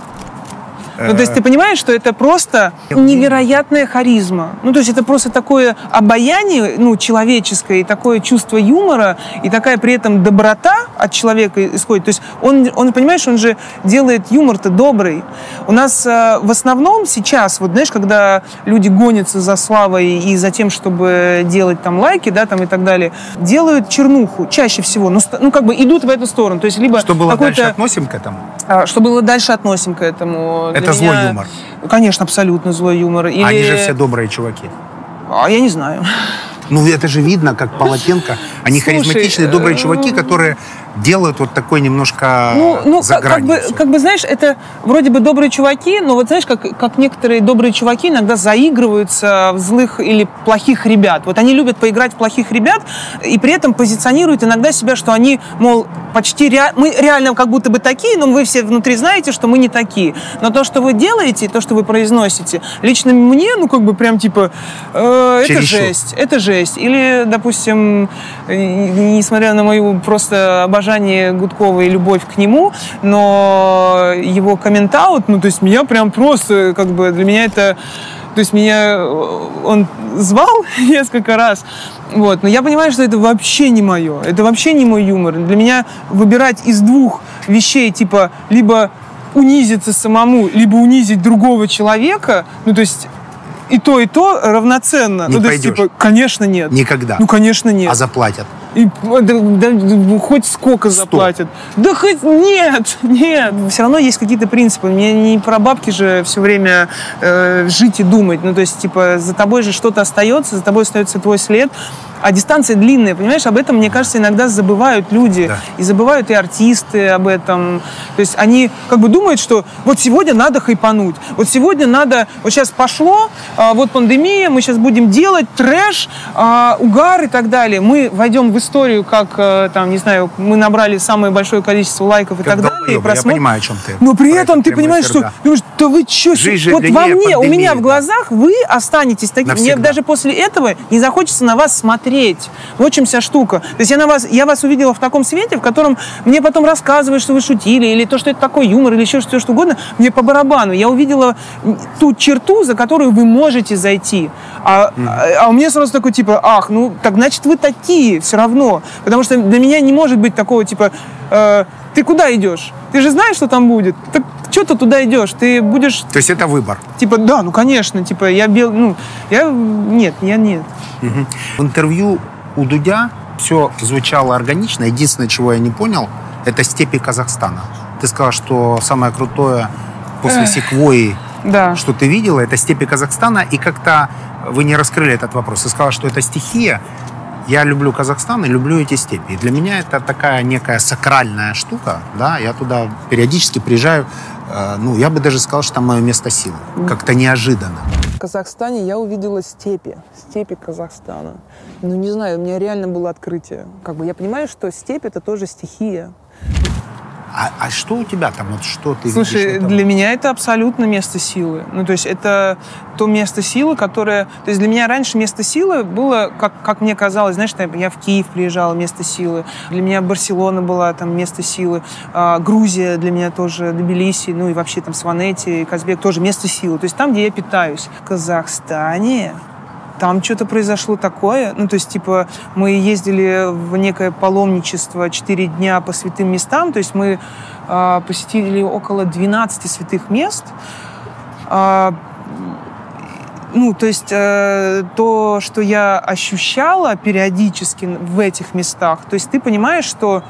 Ну, то есть ты понимаешь, что это просто невероятная харизма. Ну, то есть это просто такое обаяние, ну, человеческое, и такое чувство юмора, и такая при этом доброта от человека исходит. То есть он понимаешь, он же делает юмор-то добрый. У нас в основном сейчас, вот знаешь, когда люди гонятся за славой и за тем, чтобы делать там лайки, да, там и так далее, делают чернуху чаще всего. Ну, как бы идут в эту сторону. То есть либо что было дальше, относим к этому? Что было дальше, относим к этому. Это злой юмор. Конечно, абсолютно злой юмор. Или... Они же все добрые чуваки. Я не знаю. Ну, это же видно, как Полотенко. Они харизматичные, добрые чуваки, которые делают вот такой немножко за гранью. Как бы, знаешь, это вроде бы добрые чуваки, но вот знаешь, как некоторые добрые чуваки иногда заигрываются в злых или плохих ребят. Вот они любят поиграть в плохих ребят и при этом позиционируют иногда себя, что они, мол, мы реально как будто бы такие, но вы все внутри знаете, что мы не такие. Но то, что вы делаете, то, что вы произносите, лично мне, ну, как бы прям типа, это жесть, это жесть. Или, допустим, несмотря на мою просто обожание Гудкова и любовь к нему, но его коммент-аут, ну, то есть меня прям просто, как бы, для меня это... То есть меня он звал несколько раз, вот, но я понимаю, что это вообще не мое, это вообще не мой юмор. Для меня выбирать из двух вещей, типа, либо унизиться самому, либо унизить другого человека, ну, то есть... И то равноценно. Не ну, то есть, пойдешь? типа, конечно, нет. Никогда? Ну, конечно, нет. А заплатят? Хоть сколько заплатят. Да хоть нет. Все равно есть какие-то принципы. Мне не про бабки же все время жить и думать. Ну, то есть, типа, за тобой же что-то остается, за тобой остается твой след. А дистанция длинная, понимаешь? Об этом, мне кажется, иногда забывают люди. Да. И забывают и артисты об этом. То есть они как бы думают, что вот сегодня надо хайпануть. Вот сегодня надо... Вот сейчас пошло, вот пандемия, мы сейчас будем делать трэш, угар и так далее. Мы войдем в историю, как, там, не знаю, мы набрали самое большое количество лайков и так далее. И я понимаю, о чем ты. Но при этом ты понимаешь, что... Думаешь, да вы что? Вот во мне, у меня в глазах вы останетесь таким. Мне даже после этого не захочется на вас смотреть. Вот в чем вся штука. То есть я вас увидела в таком свете, в котором мне потом рассказывают, что вы шутили, или то, что это такой юмор, или еще что угодно, мне по барабану. Я увидела ту черту, за которую вы можете зайти. А у меня сразу такой, типа, ну, так значит, вы такие все равно. Потому что для меня не может быть такого, типа, ты куда идешь? Ты же знаешь, что там будет? Так что ты туда идешь? Ты будешь... То есть это выбор? Типа, да, ну, конечно. Типа, нет. Угу. В интервью у Дудя все звучало органично. Единственное, чего я не понял, это степи Казахстана. Ты сказала, что самое крутое после секвойи, что ты видела, это степи Казахстана. И как-то вы не раскрыли этот вопрос. Ты сказала, что это стихия. Я люблю Казахстан и люблю эти степи. И для меня это такая некая сакральная штука. Да? Я туда периодически приезжаю. Я бы даже сказал, что там мое место силы. Как-то неожиданно. В Казахстане я увидела степи Казахстана. Ну, не знаю, у меня реально было открытие. Как бы я понимаю, что степь — это тоже стихия. А что у тебя там? Вот что ты Слушай, видишь? Для меня это абсолютно место силы. Ну, то есть это то место силы, которое... То есть для меня раньше место силы было, как мне казалось, знаешь, я в Киев приезжала, место силы. Для меня Барселона была там место силы. Грузия для меня тоже, Тбилиси, ну и вообще там Сванети, Казбек тоже место силы. То есть там, где я питаюсь. В Казахстане... Там что-то произошло такое. Ну, то есть, типа, мы ездили в некое паломничество 4 дня по святым местам. То есть мы посетили около 12 святых мест. То есть то, что я ощущала периодически в этих местах, то есть ты понимаешь, что,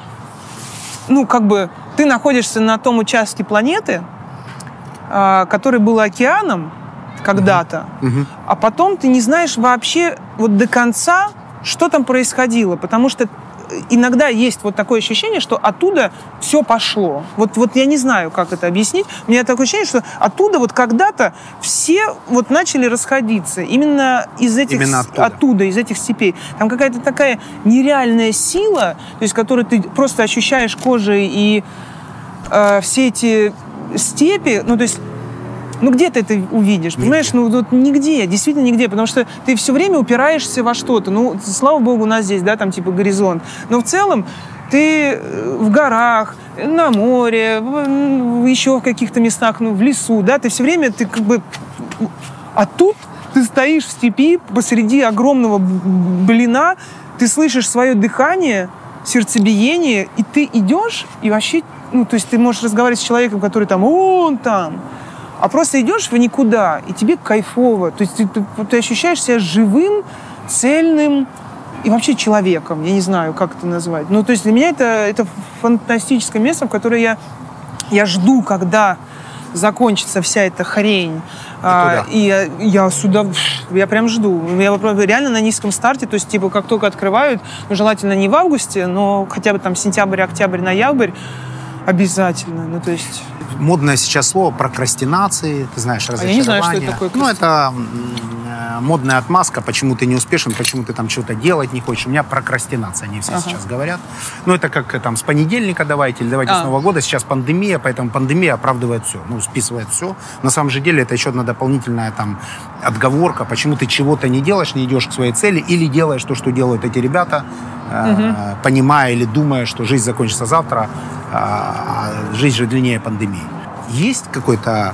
ты находишься на том участке планеты, который был океаном, когда-то, а потом ты не знаешь вообще вот до конца, что там происходило, потому что иногда есть вот такое ощущение, что оттуда все пошло. Вот я не знаю, как это объяснить. У меня такое ощущение, что оттуда вот когда-то все вот начали расходиться. Именно из этих... оттуда, из этих степей. Там какая-то такая нереальная сила, то есть, которую ты просто ощущаешь кожей, и все эти степи, то есть Ну, где ты это увидишь, понимаешь? Ну, вот нигде, действительно нигде, потому что ты все время упираешься во что-то. Ну, слава богу, у нас здесь, да, там типа горизонт. Но в целом ты в горах, на море, еще в каких-то местах, ну, в лесу, да, ты все время, ты как бы... А тут ты стоишь в степи посреди огромного блина, ты слышишь свое дыхание, сердцебиение, и ты идешь, и вообще, ну, то есть ты можешь разговаривать с человеком, который там, он там, а просто идешь в никуда, и тебе кайфово, то есть ты ощущаешь себя живым, цельным и вообще человеком, я не знаю, как это назвать. Ну, то есть для меня это фантастическое место, в которое я жду, когда закончится вся эта хрень. И я прям жду. Я реально на низком старте, то есть типа как только открывают, ну, желательно не в августе, но хотя бы там сентябрь, октябрь, ноябрь обязательно. Ну, то есть... Модное сейчас слово прокрастинации, ты знаешь, разочарование. Я не знаю, что это такое. Ну, это модная отмазка, почему ты не успешен, почему ты там что-то делать не хочешь. У меня прокрастинация, они все сейчас говорят. Ну, это как там с понедельника давайте, или давайте с Нового года. Сейчас пандемия, поэтому пандемия оправдывает все, ну, списывает все. На самом же деле это еще одна дополнительная там отговорка, почему ты чего-то не делаешь, не идешь к своей цели, или делаешь то, что делают эти ребята, понимая или думая, что жизнь закончится завтра, а жизнь же длиннее пандемии. Есть какой-то...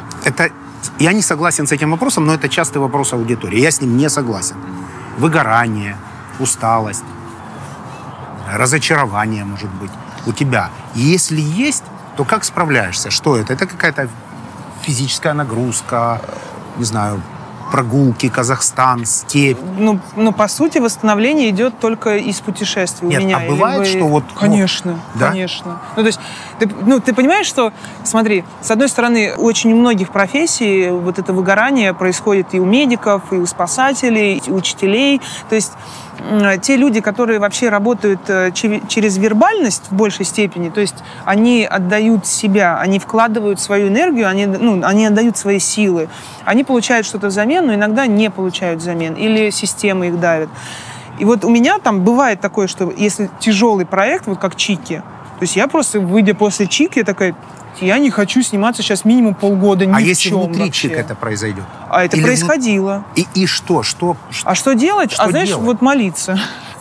Я не согласен с этим вопросом, но это частый вопрос аудитории. Я с ним не согласен. Выгорание, усталость, разочарование, может быть, у тебя. Если есть, то как справляешься? Что это? Это какая-то физическая нагрузка, не знаю, прогулки, Казахстан, степь? Ну, по сути, восстановление идет только из путешествий у меня. А бывает, что вот... Конечно, да? конечно. Ну, то есть, ты понимаешь, что, смотри, с одной стороны, очень у многих профессий вот это выгорание происходит и у медиков, и у спасателей, и у учителей. То есть те люди, которые вообще работают через вербальность в большей степени, то есть они отдают себя, они вкладывают свою энергию, они отдают свои силы, они получают что-то взамен, но иногда не получают взамен, или система их давит. И вот у меня там бывает такое, что если тяжелый проект, вот как Чики, то есть я просто, выйдя после Чики, я такая, я не хочу сниматься сейчас минимум полгода ни в чем. А если внутри вообще. Чика это произойдет? А это происходило. И что? А что делать? Знаешь, вот молиться.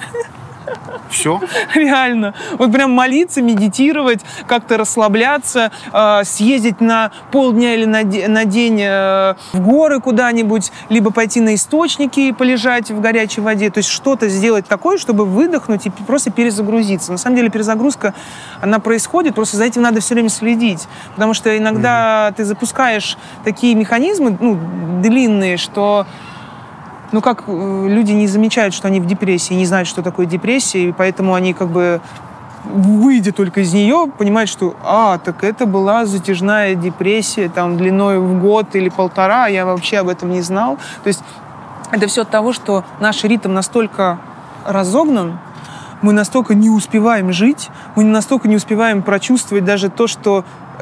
Все? Реально. Вот прям молиться, медитировать, как-то расслабляться, съездить на полдня или на день в горы куда-нибудь, либо пойти на источники и полежать в горячей воде. То есть что-то сделать такое, чтобы выдохнуть и просто перезагрузиться. На самом деле перезагрузка, она происходит, просто за этим надо все время следить. Потому что иногда ты запускаешь такие механизмы, длинные, что... Ну, как люди не замечают, что они в депрессии, не знают, что такое депрессия, и поэтому они как бы, выйдя только из нее, понимают, что, так это была затяжная депрессия, там, длиной в год или полтора, а я вообще об этом не знал. То есть это все от того, что наш ритм настолько разогнан, мы настолько не успеваем жить, мы настолько не успеваем прочувствовать даже то, что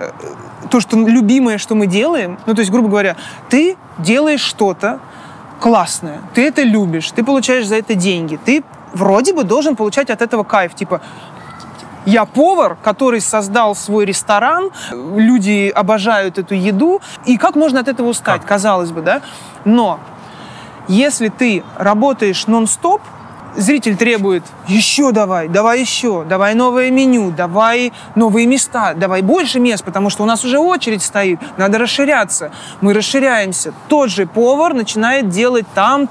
любимое, что мы делаем. Ну, то есть, грубо говоря, ты делаешь что-то классное, ты это любишь, ты получаешь за это деньги, ты вроде бы должен получать от этого кайф. Типа, я повар, который создал свой ресторан, люди обожают эту еду, и как можно от этого устать, казалось бы, да? Но если ты работаешь нон-стоп, зритель требует еще давай еще, давай новое меню, давай новые места, давай больше мест, потому что у нас уже очередь стоит, надо расширяться. Мы расширяемся. Тот же повар начинает делать там.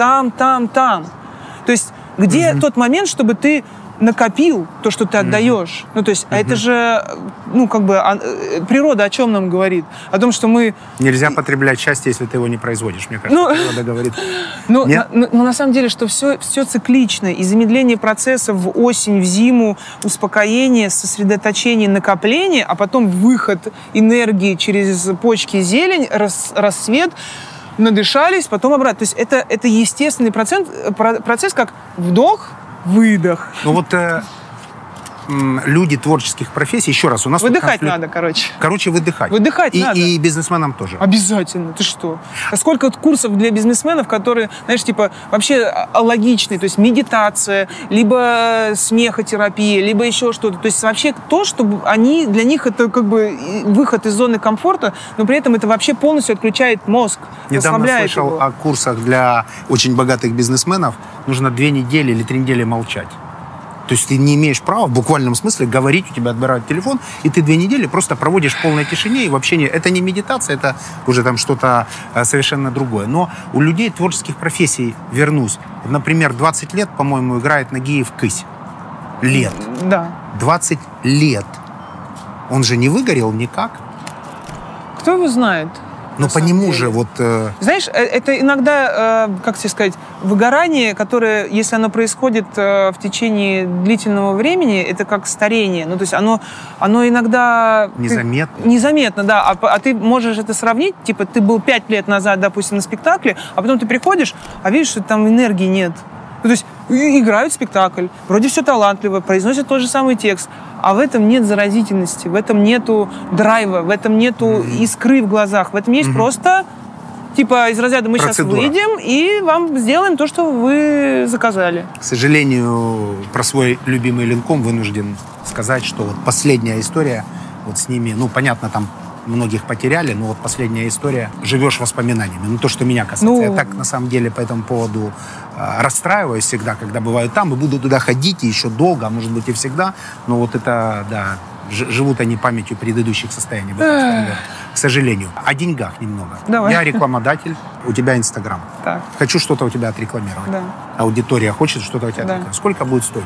То есть где тот момент, чтобы ты накопил то, что ты отдаешь? Ну, то есть, это же, природа о чем нам говорит? О том, что мы... Нельзя потреблять счастье, если ты его не производишь, мне кажется, природа говорит. Но на самом деле, что все циклично. И замедление процессов в осень, в зиму, успокоение, сосредоточение, накопление, а потом выход энергии через почки, зелень, рассвет, надышались, потом обратно. То есть, это естественный процесс, как вдох, выдох. Ну вот люди творческих профессий, еще раз, у нас... Выдыхать надо, короче. Короче, выдыхать. Выдыхать надо. И бизнесменам тоже. Обязательно. Ты что? А сколько курсов для бизнесменов, которые, знаешь, типа, вообще логичные, то есть медитация, либо смехотерапия, либо еще что-то. То есть вообще то, чтобы они, для них это как бы выход из зоны комфорта, но при этом это вообще полностью отключает мозг, Недавно расслабляет слышал его. о курсах для очень богатых бизнесменов. Нужно 2 недели или 3 недели молчать. То есть ты не имеешь права в буквальном смысле говорить, у тебя отбирают телефон, и ты 2 недели просто проводишь в полной тишине, и вообще это не медитация, это уже там что-то совершенно другое. Но у людей творческих профессий, вернусь, например, 20 лет, по-моему, играет Нагиев Кысь. Лет. Да. 20 лет. Он же не выгорел никак. Кто его знает? Но по нему же вот... Знаешь, это иногда, как тебе сказать, выгорание, которое, если оно происходит в течение длительного времени, это как старение. Ну, то есть оно иногда... Незаметно. Незаметно, да. А ты можешь это сравнить, типа ты был 5 лет назад, допустим, на спектакле, а потом ты приходишь, а видишь, что там энергии нет. Ну, то есть играют спектакль, вроде все талантливо, произносят тот же самый текст, а в этом нет заразительности, в этом нету драйва, в этом нету искры в глазах, в этом есть просто, типа, из разряда мы процедура. Сейчас выйдем и вам сделаем то, что вы заказали. К сожалению, про свой любимый Ленком вынужден сказать, что вот последняя история вот с ними, ну, понятно, там многих потеряли, но вот последняя история, живешь воспоминаниями. Ну, то, что меня касается. Я так, на самом деле, по этому поводу расстраиваюсь всегда, когда бываю там, и буду туда ходить и еще долго, а может быть и всегда. Но вот это, да, живут они памятью предыдущих состояний. К сожалению. О деньгах немного. Давай. Я рекламодатель, у тебя Инстаграм. Так. Хочу что-то у тебя отрекламировать. Да. Аудитория хочет что-то у тебя отрекламировать. Сколько будет стоить?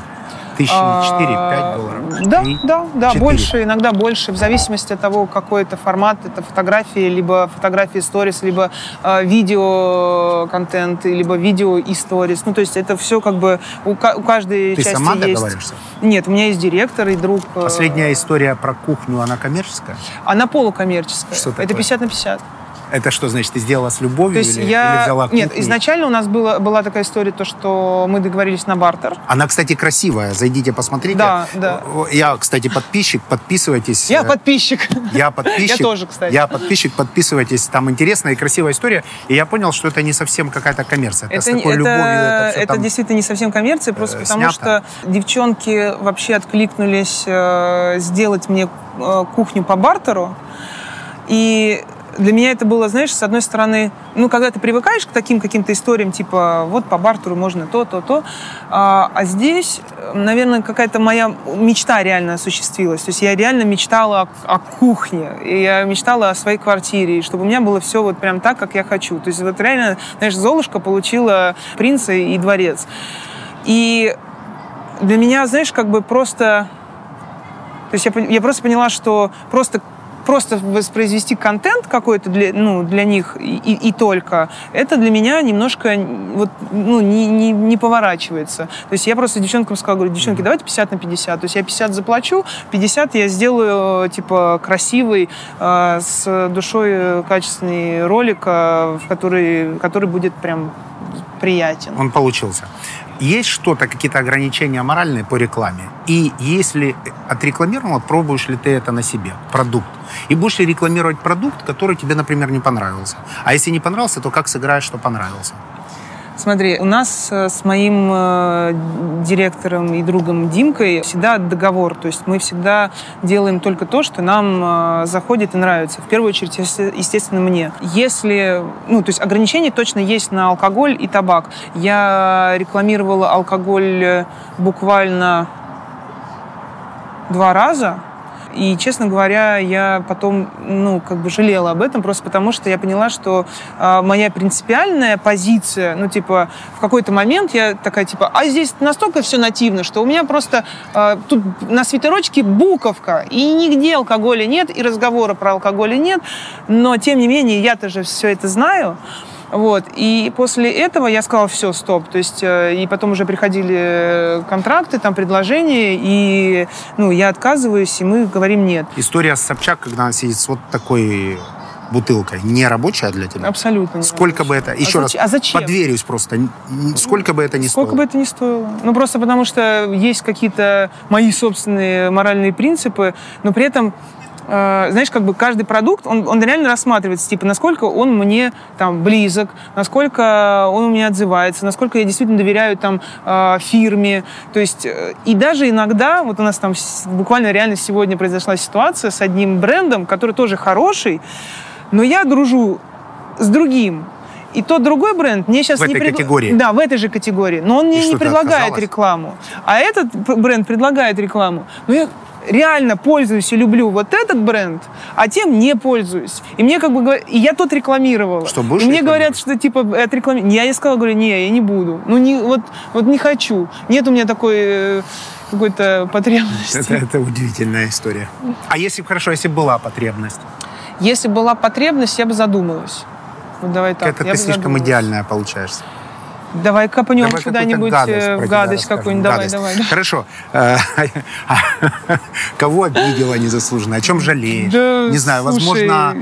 4-5 долларов? Да, больше, иногда больше, в зависимости от того, какой это формат, это фотографии, либо фотографии сторис, либо видео-контент, либо видео и сторис. Ну, то есть это все как бы у каждой части есть. Ты сама договариваешься? Нет, у меня есть директор и друг. Последняя история про кухню, она коммерческая? Она полукоммерческая. Что такое? Это 50 на 50. Это что, значит, ты сделала с любовью? То есть или взяла кухню? Нет, изначально у нас была такая история, то, что мы договорились на бартер. Она, кстати, красивая. Зайдите, посмотрите. Да. Я, кстати, подписчик. Подписывайтесь. Я подписчик. Я подписчик. Я тоже, кстати. Я подписчик. Подписывайтесь. Там интересная и красивая история. И я понял, что это не совсем какая-то коммерция. Это с такой любовью. Это действительно не совсем коммерция, просто потому что девчонки вообще откликнулись сделать мне кухню по бартеру. И для меня это было, знаешь, с одной стороны, ну, когда ты привыкаешь к таким каким-то историям, типа, вот по бартеру можно то. А здесь, наверное, какая-то моя мечта реально осуществилась. То есть я реально мечтала о кухне, и я мечтала о своей квартире, и чтобы у меня было все вот прям так, как я хочу. То есть вот реально, знаешь, Золушка получила принца и дворец. И для меня, знаешь, как бы просто... То есть я просто поняла, что просто воспроизвести контент какой-то для них и только, это для меня немножко не поворачивается. То есть я просто девчонкам сказала, говорю, девчонки, давайте 50 на 50. То есть я 50 заплачу, 50 я сделаю, типа, красивый, с душой качественный ролик, который будет прям приятен. Он получился. Есть что-то, какие-то ограничения моральные по рекламе? И если отрекламировала, пробуешь ли ты это на себе, продукт? И будешь ли рекламировать продукт, который тебе, например, не понравился? А если не понравился, то как сыграешь, что понравился? Смотри, у нас с моим директором и другом Димкой всегда договор. То есть мы всегда делаем только то, что нам заходит и нравится. В первую очередь, естественно, мне. Если... то есть ограничения точно есть на алкоголь и табак. Я рекламировала алкоголь буквально 2 раза. И, честно говоря, я потом, жалела об этом, просто потому что я поняла, что моя принципиальная позиция, в какой-то момент я такая, а здесь настолько все нативно, что у меня просто тут на свитерочке буковка, и нигде алкоголя нет, и разговора про алкоголь нет, но, тем не менее, я-то же все это знаю. Вот. И после этого я сказала, все, стоп. То есть, и потом уже приходили контракты, там предложения, и я отказываюсь, и мы говорим нет. История с Собчак, когда она сидит с вот такой бутылка не рабочая для тебя? Абсолютно не Сколько бы это... Еще раз, зачем? подверюсь просто. Сколько бы это ни стоило? Сколько бы это ни стоило. Ну, просто потому что есть какие-то мои собственные моральные принципы, но при этом, знаешь, как бы каждый продукт, он реально рассматривается, типа, насколько он мне там близок, насколько он у меня отзывается, насколько я действительно доверяю там фирме. То есть, и даже иногда, вот у нас там буквально реально сегодня произошла ситуация с одним брендом, который тоже хороший, но я дружу с другим. И тот другой бренд мне сейчас не предлагает... категории? Да, в этой же категории. Но он мне не предлагает рекламу. А этот бренд предлагает рекламу. Но я реально пользуюсь и люблю вот этот бренд, а тем не пользуюсь. И мне как бы говорят... И я тот рекламировала. Что, будешь и мне говорят, что типа отрекламировать. Я ей сказала, говорю, не, я не буду. Ну, вот не хочу. Нет у меня такой... какой-то потребности. Это удивительная история. А если была потребность? Если была потребность, я бы задумалась. Вот давай так. Это ты слишком идеальная получаешься. Давай копнем куда-нибудь в гадость какую-нибудь. Давай. Хорошо. Кого обидела незаслуженно? О чем жалеешь? Да, не знаю, возможно,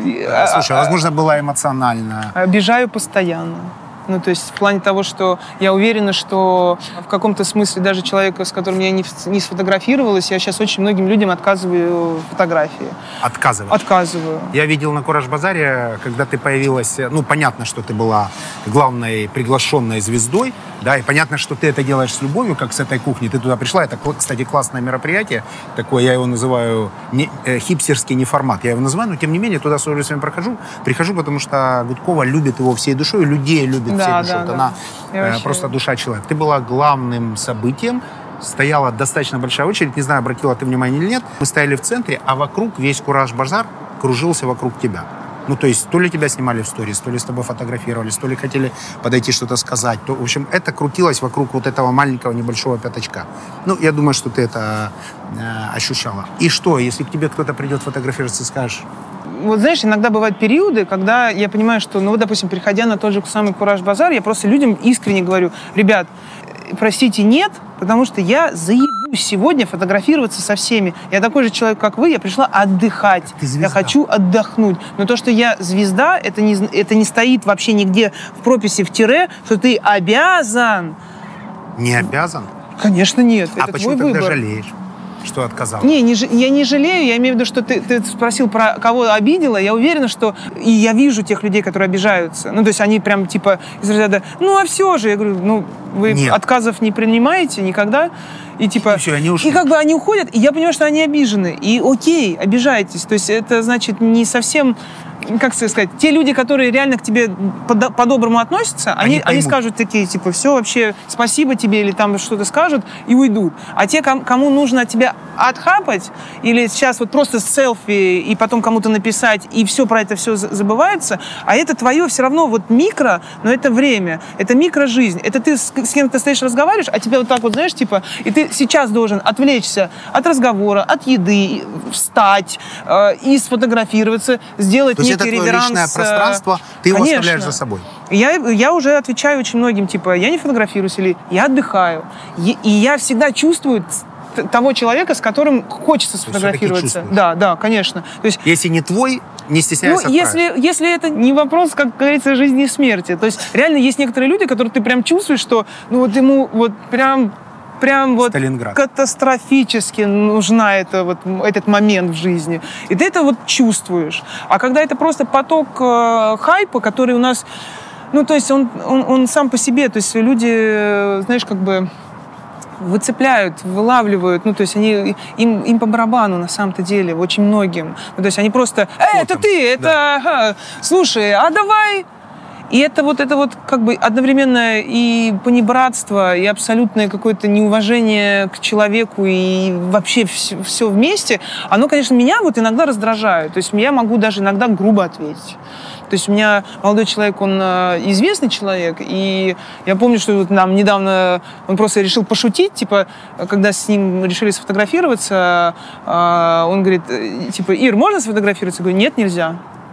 была эмоциональна. Обижаю постоянно. Ну, то есть в плане того, что я уверена, что в каком-то смысле даже человека, с которым я не сфотографировалась, я сейчас очень многим людям отказываю в фотографии. Отказываешь? Отказываю. Я видел на Кураж-базаре, когда ты появилась, ну, понятно, что ты была главной приглашенной звездой, да, и понятно, что ты это делаешь с любовью, как с этой кухни. Ты туда пришла, это, кстати, классное мероприятие, такое, я его называю хипстерский неформат. Я его называю, но тем не менее туда с удовольствием прихожу, потому что Гудкова любит его всей душой, и людей любит всей душой. Вот она просто душа человека. Ты была главным событием, стояла достаточно большая очередь, не знаю, обратила ты внимание или нет. Мы стояли в центре, а вокруг весь Кураж-базар кружился вокруг тебя. Ну, то есть, то ли тебя снимали в сторис, то ли с тобой фотографировались, то ли хотели подойти что-то сказать. То, в общем, это крутилось вокруг вот этого маленького небольшого пятачка. Ну, я думаю, что ты это ощущала. И что, если к тебе кто-то придет фотографироваться, скажешь? Вот знаешь, иногда бывают периоды, когда я понимаю, что, ну, вот, допустим, приходя на тот же самый Кураж-базар, я просто людям искренне говорю: ребят, простите, нет, потому что я заебусь сегодня фотографироваться со всеми. Я такой же человек, как вы, я пришла отдыхать. Я хочу отдохнуть. Но то, что я звезда, это не стоит вообще нигде в прописи в тире, что ты обязан. Не обязан? Конечно, нет. А это почему твой тогда выбор. жалеешь, что отказал? Я не жалею, я имею в виду, что ты спросил, про кого обидела, я уверена, что... И я вижу тех людей, которые обижаются. Ну, то есть они прям типа из разряда, ну, а все же. Я говорю, ну, вы отказов не принимаете никогда. И типа... И все, они ушли. И как бы они уходят, и я понимаю, что они обижены. И окей, обижайтесь. То есть это значит не совсем... Как сказать, те люди, которые реально к тебе по-доброму относятся, они скажут такие, типа, все, вообще, спасибо тебе, или там что-то скажут, и уйдут. А те, кому нужно от тебя отхапать, или сейчас вот просто селфи, и потом кому-то написать, и все про это все забывается, а это твое все равно вот микро, но это время, это микрожизнь, это ты с кем-то стоишь, разговариваешь, а тебе вот так вот, знаешь, типа, и ты сейчас должен отвлечься от разговора, от еды, встать, и сфотографироваться, сделать некий это твое реверанс. Личное пространство, ты его оставляешь за собой. Я уже отвечаю очень многим, типа, я не фотографируюсь, или я отдыхаю. И я всегда чувствую того человека, с которым хочется сфотографироваться. Да, конечно. То есть, если не твой, не стесняйся. Ну, если это не вопрос, как говорится, жизни и смерти. То есть реально есть некоторые люди, которые ты прям чувствуешь, что ну вот ему вот прям вот катастрофически нужна этот момент в жизни. И ты это вот чувствуешь. А когда это просто поток хайпа, который у нас... Ну, то есть он сам по себе, то есть люди, знаешь, как бы выцепляют, вылавливают, ну, то есть им по барабану на самом-то деле, очень многим. Ну, то есть они просто, это ты, это, слушай, а давай... И это вот как бы одновременно и понебратство, и абсолютное какое-то неуважение к человеку, и вообще все вместе, оно, конечно, меня вот иногда раздражает. То есть я могу даже иногда грубо ответить. То есть у меня молодой человек, он известный человек, и я помню, что вот нам недавно он просто решил пошутить, типа, когда с ним решили сфотографироваться, он говорит, типа, Ир, можно сфотографироваться? Я говорю, нет, нельзя.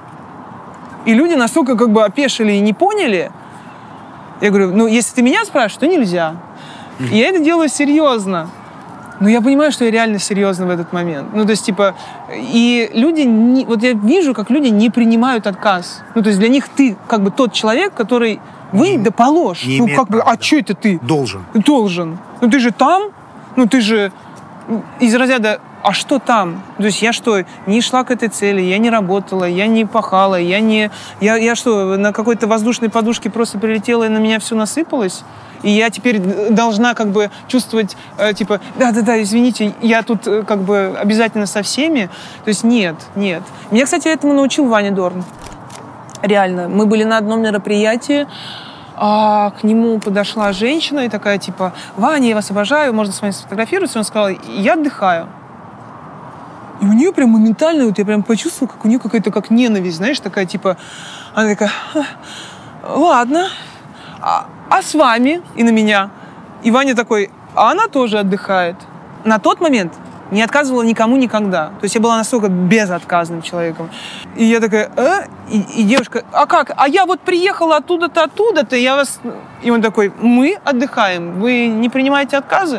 И люди настолько как бы опешили и не поняли. Я говорю, ну, если ты меня спрашиваешь, то нельзя. И я это делаю серьезно. Но я понимаю, что я реально серьезно в этот момент. Ну, то есть, типа, и люди, вот я вижу, как люди не принимают отказ. Ну, то есть для них ты как бы тот человек, который вынь да положь. Ну, как бы, а что это ты? Должен. Должен. Ну, ты же там, ну, ты же из разряда, а что там? То есть я что, не шла к этой цели, я не работала, я не пахала, я что, на какой-то воздушной подушке просто прилетела и на меня все насыпалось? И я теперь должна как бы чувствовать, типа, да-да-да, извините, я тут как бы обязательно со всеми. То есть нет. Меня, кстати, этому научил Ваня Дорн. Реально. Мы были на одном мероприятии, а к нему подошла женщина и такая, типа, Ваня, я вас обожаю, можно с вами сфотографироваться? Он сказал, я отдыхаю. И у нее прям моментально, вот я прям почувствовала, как у нее какая-то как ненависть, знаешь, такая, типа, она такая, ладно, а с вами? И на меня. И Ваня такой, а она тоже отдыхает. На тот момент не отказывала никому никогда. То есть я была настолько безотказным человеком. И я такая, И девушка, а как? А я вот приехала оттуда-то, оттуда-то, я вас... И он такой, мы отдыхаем, вы не принимаете отказы?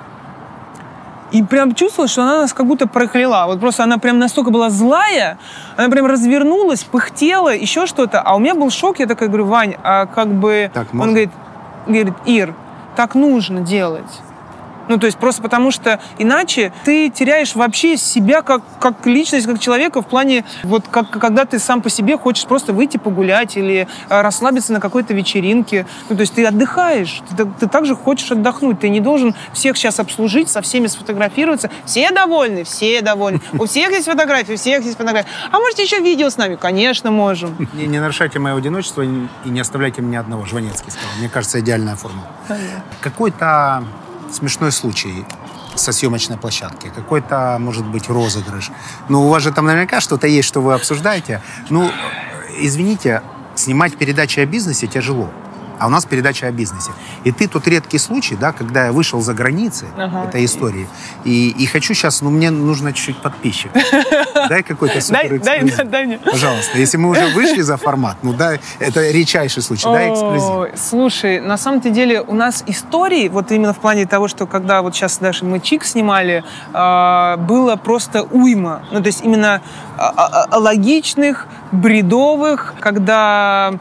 И прям чувствовала, что она нас как будто прокляла. Вот просто она прям настолько была злая, она прям развернулась, пыхтела, еще что-то. А у меня был шок, я такая говорю, Вань, а как бы... Он говорит, Ир, так нужно делать. Ну, то есть просто потому, что иначе ты теряешь вообще себя как личность, как человека в плане, вот когда ты сам по себе хочешь просто выйти погулять или расслабиться на какой-то вечеринке. Ну, то есть ты отдыхаешь, ты также хочешь отдохнуть. Ты не должен всех сейчас обслужить, со всеми сфотографироваться. Все довольны. У всех есть фотографии, А можете еще видео с нами? Конечно, можем. Не нарушайте мое одиночество и не оставляйте меня одного. Жванецкий сказал. Мне кажется, идеальная формула. Какой-то смешной случай со съемочной площадки. Какой-то, может быть, розыгрыш. Но у вас же там наверняка что-то есть, что вы обсуждаете. Ну, извините, снимать передачи о бизнесе тяжело. А у нас передача о бизнесе. И ты тот редкий случай, да, когда я вышел за границы этой истории. И хочу сейчас, мне нужно чуть-чуть подписчиков. Дай какой-то супер эксклюзив. Дай мне. Пожалуйста. Если мы уже вышли за формат, дай, это редчайший случай, дай эксклюзив. Слушай, на самом-то деле у нас истории, вот именно в плане того, что когда вот сейчас даже мы Чик снимали, было просто уйма. Ну, то есть именно логичных, бредовых, когда...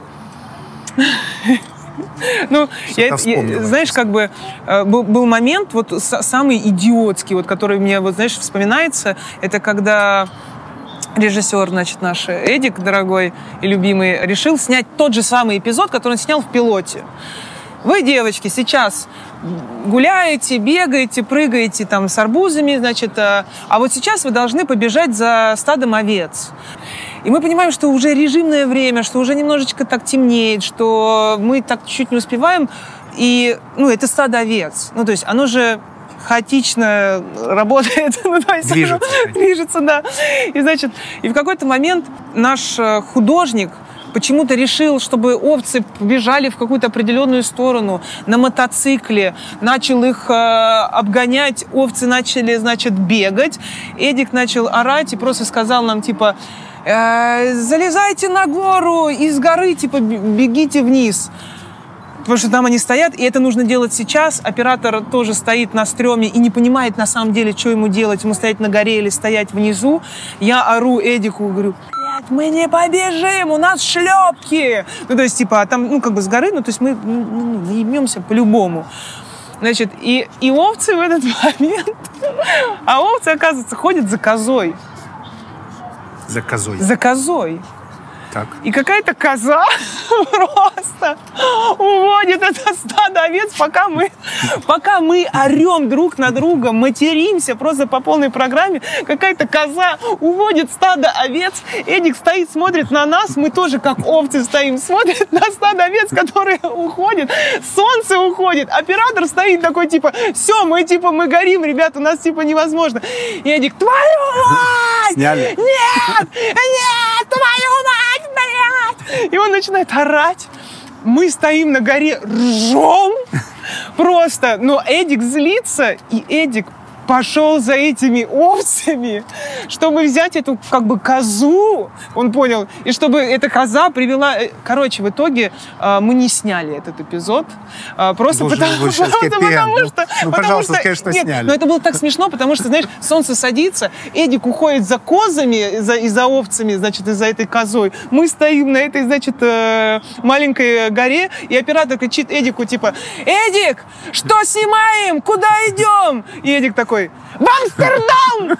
Ну, знаешь, как бы был момент, вот самый идиотский, вот, который мне, вот, знаешь, вспоминается, это когда режиссер, значит, наш Эдик, дорогой и любимый, решил снять тот же самый эпизод, который он снял в пилоте. Вы, девочки, сейчас гуляете, бегаете, прыгаете там с арбузами, значит, а вот сейчас вы должны побежать за стадом овец. И мы понимаем, что уже режимное время, что уже немножечко так темнеет, что мы так чуть не успеваем. И, это стадо овец. Ну, то есть оно же хаотично работает. Движется, да. И, значит, в какой-то момент наш художник почему-то решил, чтобы овцы побежали в какую-то определенную сторону на мотоцикле, начал их обгонять, овцы начали, значит, бегать. Эдик начал орать и просто сказал нам, типа, залезайте на гору, и с горы, типа, бегите вниз. Потому что там они стоят, и это нужно делать сейчас. Оператор тоже стоит на стреме и не понимает на самом деле, что ему делать. Ему стоять на горе или стоять внизу. Я ору Эдику, говорю, мы не побежим, у нас шлепки. Ну, то есть, типа, там, как бы с горы, то есть мы не ебемся по-любому. Значит, и овцы в этот момент, а овцы, оказывается, ходят за козой. За козой. За козой. Так. И какая-то коза просто уводит это стадо овец, пока мы орем друг на друга, материмся просто по полной программе. Какая-то коза уводит стадо овец. Эдик стоит, смотрит на нас. Мы тоже, как овцы, стоим, смотрит на стадо овец, которые уходят. Солнце уходит. Оператор стоит такой, типа, все, мы горим, ребята, у нас, невозможно. И Эдик, твою мать! Сняли? Нет! Твою мать! Блядь! И он начинает орать. Мы стоим на горе, ржем просто. Но Эдик злится, и Эдик пошел за этими овцами, чтобы взять эту как бы козу, он понял, и чтобы эта коза привела... Короче, в итоге мы не сняли этот эпизод, просто потому что... Ну, пожалуйста, конечно, сняли. Но это было так смешно, потому что, знаешь, солнце садится, Эдик уходит за козами и за овцами, значит, и за этой козой. Мы стоим на этой, значит, маленькой горе, и оператор кричит Эдику, типа, «Эдик, что снимаем? Куда идем?» И Эдик такой, «В Амстердам!»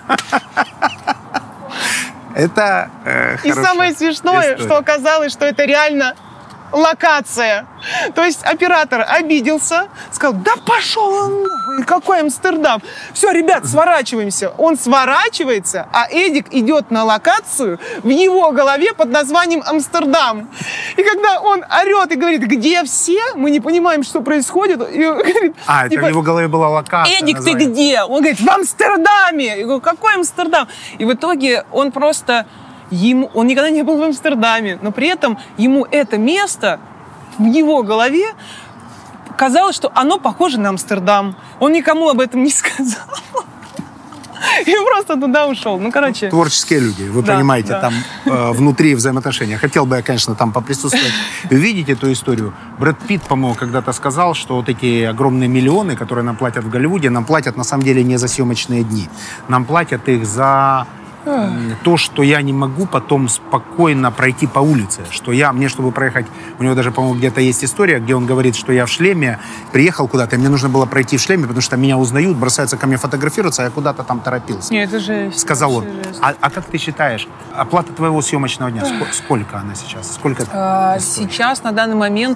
Это И самое смешное, что оказалось, что это реально локация. То есть оператор обиделся, сказал, да пошел он, какой Амстердам. Все, ребят, сворачиваемся. Он сворачивается, а Эдик идет на локацию в его голове под названием Амстердам. И когда он орет и говорит, где все, мы не понимаем, что происходит. И говорит, это типа, в его голове была локация. Эдик, название. Ты где? Он говорит, в Амстердаме. Я говорю, какой Амстердам? И в итоге он просто... Он никогда не был в Амстердаме, но при этом ему это место в его голове казалось, что оно похоже на Амстердам. Он никому об этом не сказал. И просто туда ушел. Ну, короче... Творческие люди, вы понимаете, там внутри взаимоотношения. Хотел бы я, конечно, там поприсутствовать и увидеть эту историю. Брэд Питт, по-моему, когда-то сказал, что вот эти огромные миллионы, которые нам платят в Голливуде, нам платят на самом деле не за съемочные дни. Нам платят их за... то, что я не могу потом спокойно пройти по улице, что мне, чтобы проехать, у него даже, по-моему, где-то есть история, где он говорит, что я в шлеме приехал куда-то, и мне нужно было пройти в шлеме, потому что меня узнают, бросаются ко мне фотографироваться, а я куда-то там торопился. Нет, это же... Сказал он. А как ты считаешь, оплата твоего съемочного дня, сколько она сейчас? Сколько сейчас, на данный момент,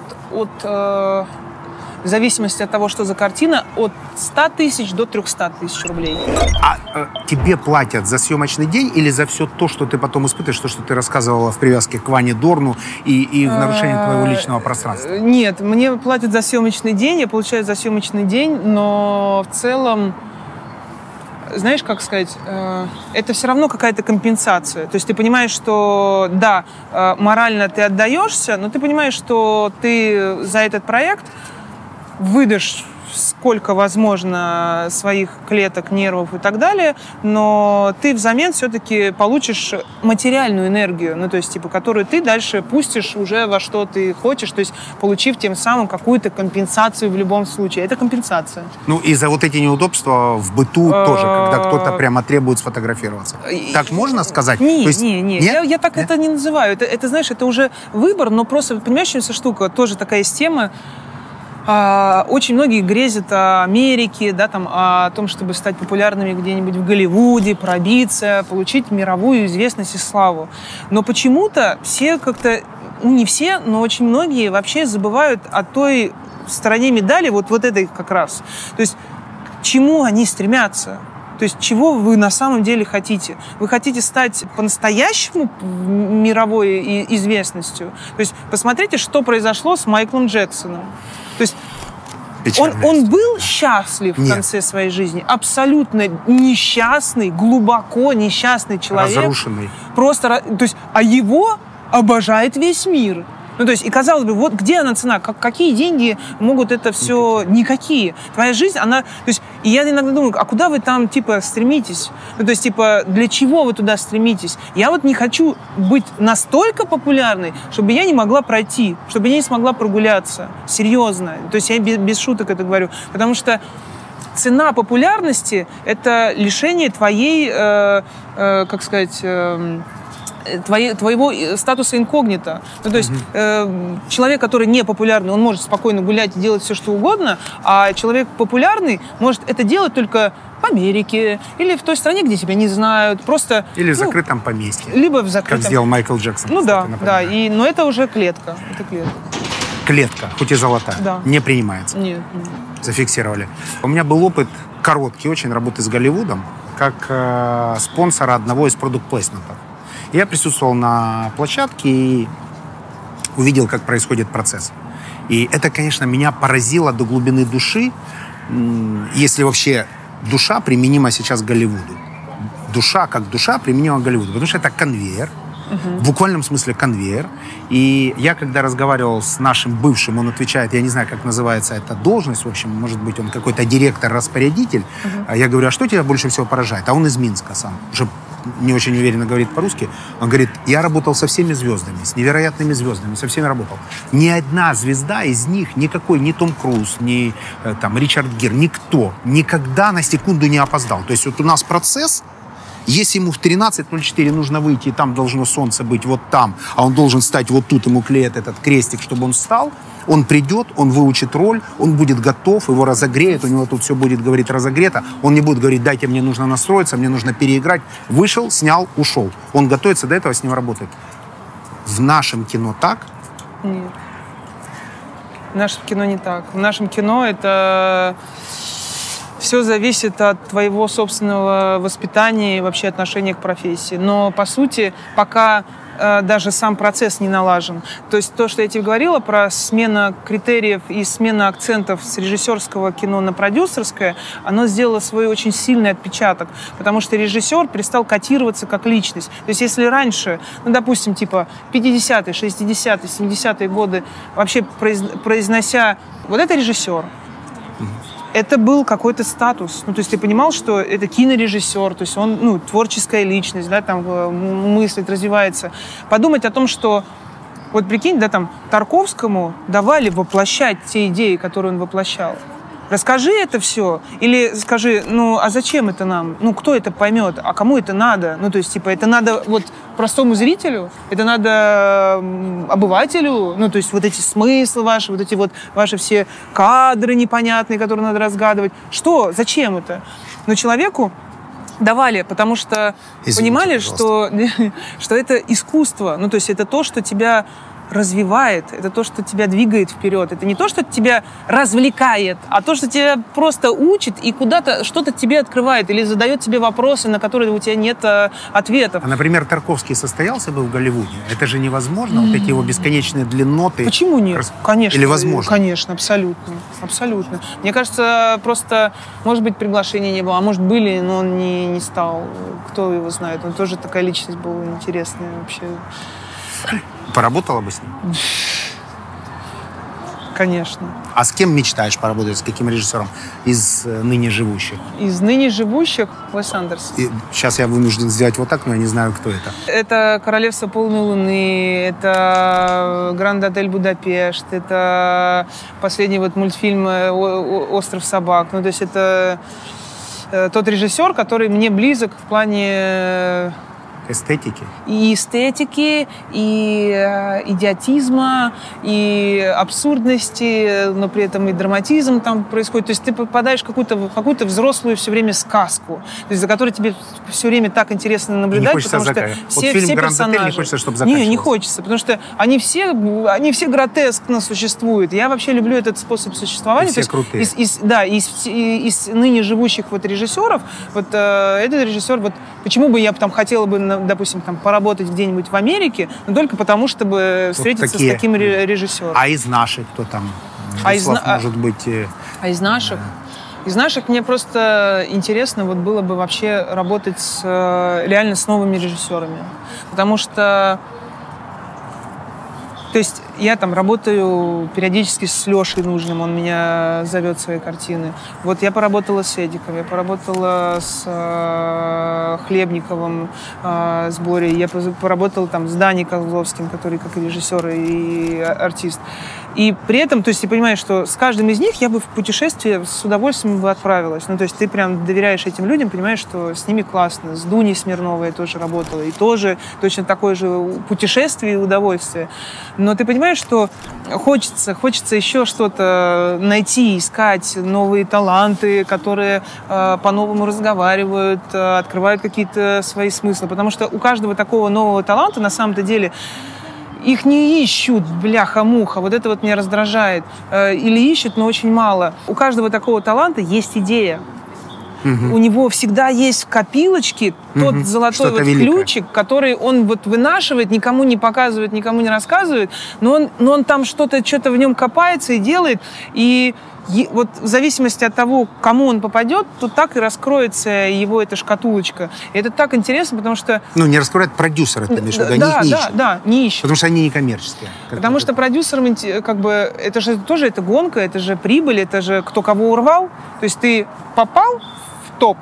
в зависимости от того, что за картина, от 100 тысяч до 300 тысяч рублей. А тебе платят за съемочный день или за все то, что ты потом испытываешь, то, что ты рассказывала в привязке к Ване Дорну и в нарушении твоего личного пространства? Нет, мне платят за съемочный день, я получаю за съемочный день, но в целом, знаешь, как сказать, это все равно какая-то компенсация. То есть ты понимаешь, что, да, морально ты отдаешься, но ты понимаешь, что ты за этот проект выдашь сколько возможно своих клеток, нервов и так далее, но ты взамен все-таки получишь материальную энергию, ну, то есть, типа, которую ты дальше пустишь уже во что ты хочешь, то есть, получив тем самым какую-то компенсацию в любом случае. Это компенсация. Ну, и за вот эти неудобства в быту тоже, когда кто-то прямо требует сфотографироваться. Так можно сказать? Нет. Я так это не называю. Это, знаешь, это уже выбор, но просто, понимаешь, что штука, тоже такая есть тема. Очень многие грезят о Америке, да, там, о том, чтобы стать популярными где-нибудь в Голливуде, пробиться, получить мировую известность и славу. Но почему-то все как-то, не все, но очень многие вообще забывают о той стороне медали, вот этой как раз. То есть к чему они стремятся? То есть чего вы на самом деле хотите? Вы хотите стать по-настоящему мировой известностью? То есть посмотрите, что произошло с Майклом Джексоном. То есть он был счастлив в конце своей жизни, абсолютно несчастный, глубоко несчастный человек. Разрушенный. Просто, то есть, а его обожает весь мир. Ну, то есть, и казалось бы, вот где она цена? Какие деньги могут это все? Никакие. Твоя жизнь, она... То есть, и я иногда думаю, а куда вы там, типа, стремитесь? Ну, то есть, типа, для чего вы туда стремитесь? Я вот не хочу быть настолько популярной, чтобы я не могла пройти, чтобы я не смогла прогуляться. Серьезно. То есть, я без шуток это говорю. Потому что цена популярности – это лишение твоей, как сказать... твоего статуса инкогнито. Ну, то есть человек, который не популярный, он может спокойно гулять и делать все, что угодно, а человек популярный может это делать только в Америке или в той стране, где тебя не знают. Просто, или в закрытом поместье. Либо в закрытом. Как сделал Майкл Джексон. Ну кстати, да. Но это уже клетка. Это клетка. Клетка, хоть и золотая, да. Не принимается. Нет. Зафиксировали. У меня был опыт короткий очень работы с Голливудом, как спонсора одного из продукт-плейсментов. Я присутствовал на площадке и увидел, как происходит процесс. И это, конечно, меня поразило до глубины души, если вообще душа применима сейчас к Голливуду. Душа как душа применима к Голливуду. Потому что это конвейер, В буквальном смысле конвейер. И я, когда разговаривал с нашим бывшим, он отвечает, я не знаю, как называется эта должность, в общем, может быть, он какой-то директор-распорядитель. Я говорю, а что тебя больше всего поражает? А он из Минска сам, уже не очень уверенно говорит по-русски. Он говорит, я работал со всеми звездами, с невероятными звездами, со всеми работал. Ни одна звезда из них, никакой, ни Том Круз, ни там, Ричард Гир, никто никогда на секунду не опоздал. То есть вот у нас процесс, если ему в 13:04 нужно выйти, и там должно солнце быть вот там, а он должен стать вот тут, ему клеят этот крестик, чтобы он встал, он придет, он выучит роль, он будет готов, его разогреет, у него тут все будет, говорить, разогрето. Он не будет говорить, дайте, мне нужно настроиться, мне нужно переиграть. Вышел, снял, ушел. Он готовится до этого, с ним работает. В нашем кино так? Нет. В нашем кино не так. В нашем кино это... Все зависит от твоего собственного воспитания и вообще отношения к профессии. Но, по сути, пока даже сам процесс не налажен. То есть то, что я тебе говорила про смену критериев и смену акцентов с режиссерского кино на продюсерское, оно сделало свой очень сильный отпечаток, потому что режиссер перестал котироваться как личность. То есть если раньше, ну, допустим, типа 50-е, 60-е, 70-е годы, вообще произнося «вот это режиссер», это был какой-то статус. Ну, то есть ты понимал, что это кинорежиссер, то есть он, ну, творческая личность, да, там мыслит, развивается. Подумать о том, что вот прикинь, да, там Тарковскому давали воплощать те идеи, которые он воплощал. Расскажи это все. Или скажи, ну, а зачем это нам? Ну, кто это поймет? А кому это надо? Ну, то есть, типа, это надо вот простому зрителю? Это надо обывателю? Ну, то есть, вот эти смыслы ваши, вот эти вот ваши все кадры непонятные, которые надо разгадывать. Что? Зачем это? Но человеку давали, потому что понимали, что это искусство. Ну, то есть, это то, что тебя развивает, это то, что тебя двигает вперед. Это не то, что тебя развлекает, а то, что тебя просто учит и куда-то что-то тебе открывает или задает тебе вопросы, на которые у тебя нет ответов. А, например, Тарковский состоялся бы в Голливуде? Это же невозможно, вот эти его бесконечные длинноты. Почему нет? Конечно. Или возможно? Конечно, абсолютно. Абсолютно. Мне кажется, просто, может быть, приглашения не было, а может, были, но он не стал. Кто его знает? Он тоже такая личность была интересная вообще. Поработала бы с ним? Конечно. А с кем мечтаешь поработать? С каким режиссером из ныне живущих? Из ныне живущих Уэс Андерсон. Сейчас я вынужден сделать вот так, но я не знаю, кто это. Это «Королевство полной луны», это «Гранд-отель Будапешт», это последний вот мультфильм «Остров собак». Ну, то есть это тот режиссер, который мне близок в плане... Эстетики? И эстетики, и идиотизма, и абсурдности, но при этом и драматизм там происходит. То есть ты попадаешь в какую-то взрослую все время сказку, то есть за которой тебе все время так интересно наблюдать, потому что все персонажи... Не хочется, чтобы заканчивался. Не хочется, потому что они все гротескно существуют. Я вообще люблю этот способ существования. И все крутые. Из ныне живущих вот режиссеров, вот этот режиссер, вот почему бы я там хотела бы, допустим, там, поработать где-нибудь в Америке, но только потому, чтобы встретиться с таким режиссером. А из наших кто там? Может быть... А из наших? Из наших мне просто интересно вот было бы вообще работать реально с новыми режиссерами. Потому что... То есть я там работаю периодически с Лешей Нужным, он меня зовет в свои картины. Вот я поработала с Эдиком, я поработала с Хлебниковым, с Борей, я поработала там с Даней Козловским, который как и режиссер и артист. И при этом, то есть ты понимаешь, что с каждым из них я бы в путешествие с удовольствием бы отправилась. Ну, то есть ты прям доверяешь этим людям, понимаешь, что с ними классно. С Дуней Смирновой я тоже работала, и тоже точно такое же путешествие и удовольствие. Но ты понимаешь, что хочется еще что-то найти, искать новые таланты, которые по-новому разговаривают, открывают какие-то свои смыслы. Потому что у каждого такого нового таланта на самом-то деле их не ищут, бляха-муха, вот это вот меня раздражает. Или ищут, но очень мало. У каждого такого таланта есть идея. у него всегда есть в копилочке тот золотой вот ключик, который он вот вынашивает, никому не показывает, никому не рассказывает, но он там что-то в нем копается и делает, и вот в зависимости от того, к кому он попадет, то так и раскроется его эта шкатулочка. И это так интересно, потому что... Ну, не раскроет продюсеры, ты имеешь в виду, они их не ищут. Да, не ищут. Потому что они не коммерческие. Потому что продюсерам, как бы, это же тоже это гонка, это же прибыль, это же кто кого урвал. То есть ты попал в топ,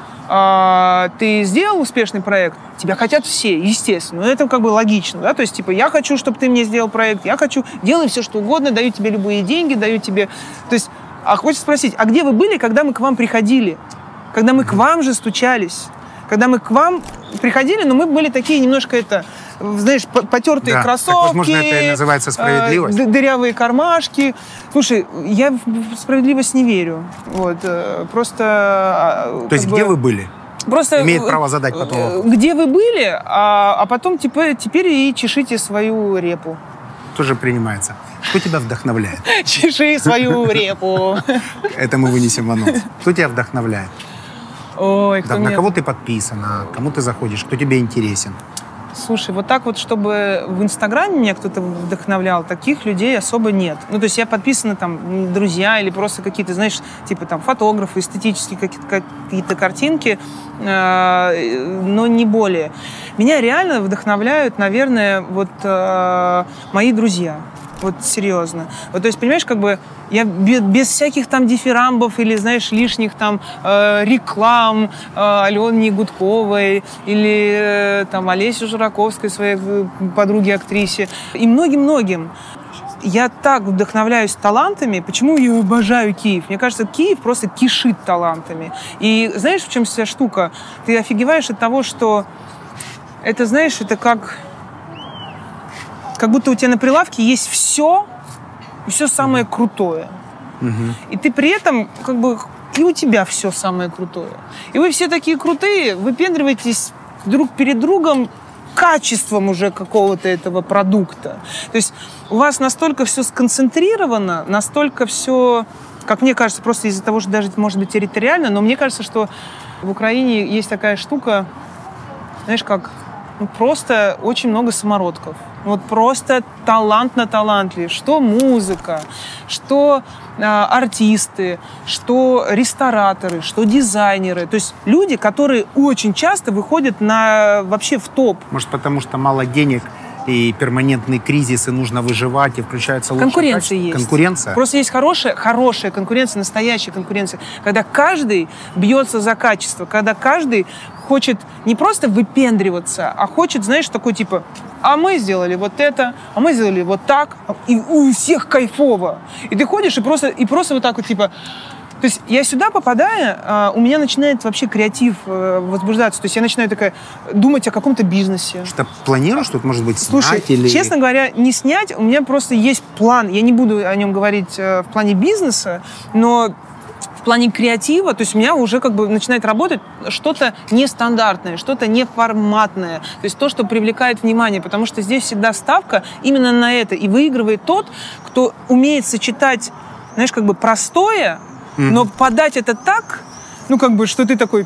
ты сделал успешный проект, тебя хотят все, естественно. Но это как бы логично, да? То есть, типа, я хочу, чтобы ты мне сделал проект, я хочу, делай все, что угодно, даю тебе любые деньги, даю тебе... То есть, хочется спросить, а где вы были, когда мы к вам приходили? Когда мы к вам же стучались? Когда мы к вам приходили, но мы были такие немножко, знаешь, потертые кроссовки. Так, возможно, это и называется справедливость. Дырявые кармашки. Слушай, я в справедливость не верю. Вот, просто... То есть где вы были? Просто имеет право задать потом вопрос. Где вы были, а потом теперь и чешите свою репу. Тоже принимается. Что тебя вдохновляет? Чеши свою репу. Это мы вынесем в анонс. Кто тебя вдохновляет? Ой, на кого ты подписана, кому ты заходишь, кто тебе интересен? Слушай, вот так вот, чтобы в Инстаграме меня кто-то вдохновлял, таких людей особо нет. Ну, то есть я подписана там друзья или просто какие-то, знаешь, типа там фотографы, эстетические какие-то картинки, но не более. Меня реально вдохновляют, наверное, вот мои друзья. Вот серьезно. Вот, то есть, понимаешь, как бы я без всяких там дифирамбов или, знаешь, лишних там реклам Алене Гудковой или там Олесе Жураковской, своей подруге-актрисе, и многим-многим. Я так вдохновляюсь талантами. Почему я обожаю Киев? Мне кажется, Киев просто кишит талантами. И знаешь, в чем вся штука? Ты офигеваешь от того, что это, знаешь, это как будто у тебя на прилавке есть все самое крутое. И ты при этом, как бы, и у тебя все самое крутое. И вы все такие крутые, выпендриваетесь друг перед другом качеством уже какого-то этого продукта. То есть у вас настолько все сконцентрировано, настолько все, как мне кажется, просто из-за того, что даже, может быть, территориально, но мне кажется, что в Украине есть такая штука, знаешь, как просто очень много самородков. Вот просто талант на таланте. Что музыка, что артисты, что рестораторы, что дизайнеры. То есть люди, которые очень часто выходят вообще в топ. Может, потому что мало денег и перманентный кризис, и нужно выживать, и включается лучшее конкуренция качество. Есть. Конкуренция? Просто есть хорошая конкуренция, настоящая конкуренция, когда каждый бьется за качество, когда каждый хочет не просто выпендриваться, а хочет, знаешь, такой типа, а мы сделали вот это, а мы сделали вот так, и у всех кайфово. И ты ходишь и просто вот так вот типа... То есть я сюда попадая, у меня начинает вообще креатив возбуждаться. То есть я начинаю думать о каком-то бизнесе. Что планируешь тут, может быть, снять? Слушай, или... честно говоря, не снять. У меня просто есть план. Я не буду о нем говорить в плане бизнеса, но в плане креатива, то есть у меня уже как бы начинает работать что-то нестандартное, что-то неформатное. То есть то, что привлекает внимание, потому что здесь всегда ставка именно на это. И выигрывает тот, кто умеет сочетать, знаешь, как бы простое, но подать это так, ну, как бы, что ты такой,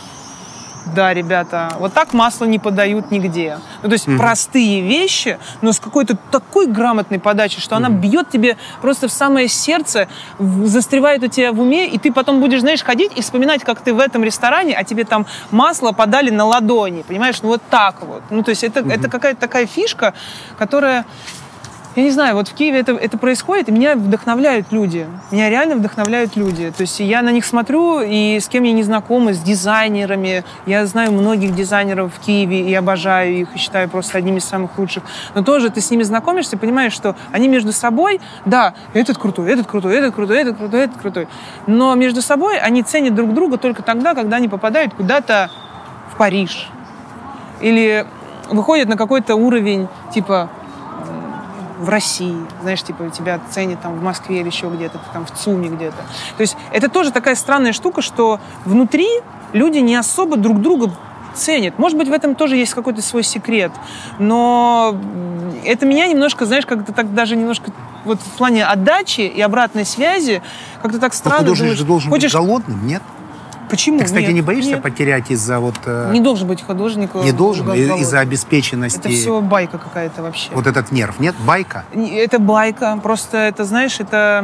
да, ребята, вот так масло не подают нигде. Ну, то есть простые вещи, но с какой-то такой грамотной подачей, что она бьет тебе просто в самое сердце, застревает у тебя в уме, и ты потом будешь, знаешь, ходить и вспоминать, как ты в этом ресторане, а тебе там масло подали на ладони, понимаешь? Ну, вот так вот. Ну, то есть это какая-то такая фишка, которая... Я не знаю, вот в Киеве это происходит, и меня вдохновляют люди. Меня реально вдохновляют люди. То есть я на них смотрю, и с кем я не знакома, с дизайнерами. Я знаю многих дизайнеров в Киеве, и обожаю их, и считаю просто одними из самых лучших. Но тоже ты с ними знакомишься, понимаешь, что они между собой, да, этот крутой, этот крутой, этот крутой, этот крутой, этот крутой. Но между собой они ценят друг друга только тогда, когда они попадают куда-то в Париж. Или выходят на какой-то уровень, типа... в России, знаешь, типа тебя ценят там в Москве или еще где-то, там в ЦУМе где-то. То есть это тоже такая странная штука, что внутри люди не особо друг друга ценят. Может быть, в этом тоже есть какой-то свой секрет, но это меня немножко, знаешь, как-то так даже немножко вот в плане отдачи и обратной связи как-то так странно. Художник же должен быть голодным, нет? Почему? Ты, кстати, Нет, не боишься нет. потерять из-за вот... Не должен быть художник. Не должен? голова. Из-за обеспеченности? Это все байка какая-то вообще. Вот этот нерв, нет? Байка? Это байка. Просто это, знаешь, это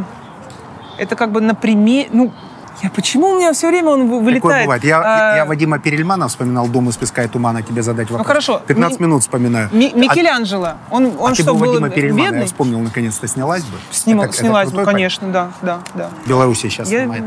как бы на примере... Ну, почему у меня все время он вылетает? Такое бывает. Я Вадима Перельмана вспоминал «Дом из песка и тумана», тебе задать вопрос. Ну, хорошо. 15 минут вспоминаю. Микеланджело. Он ты что, был был Вадима Перельмана, бедный? я вспомнил, наконец-то снялась бы. Снялась бы, крутой конечно, да. парень? В Беларуси сейчас снимает.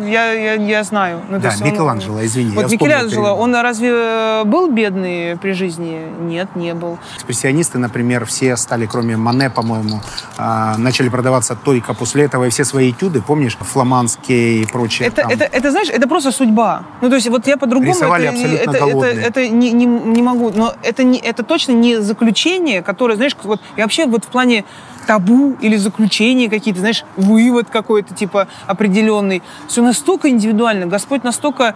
Я знаю. Ну, то Да, есть Микеланджело, извини. Вот я вспомнил Микеланджело, Перельмана. он разве был бедный при жизни? Нет, не был. Экспрессионисты, например, все стали, кроме Мане, по-моему, начали продаваться только после этого. И все свои этюды, помнишь, фламандские и прочее. Это, знаешь, это просто судьба. Ну, то есть вот я по-другому... Рисовали абсолютно голодные. Это не могу. Но это точно не заключение, которое, знаешь, вот я вообще вот в плане табу или заключения какие-то, знаешь, вывод какой-то типа определенный. Все настолько индивидуально. Господь настолько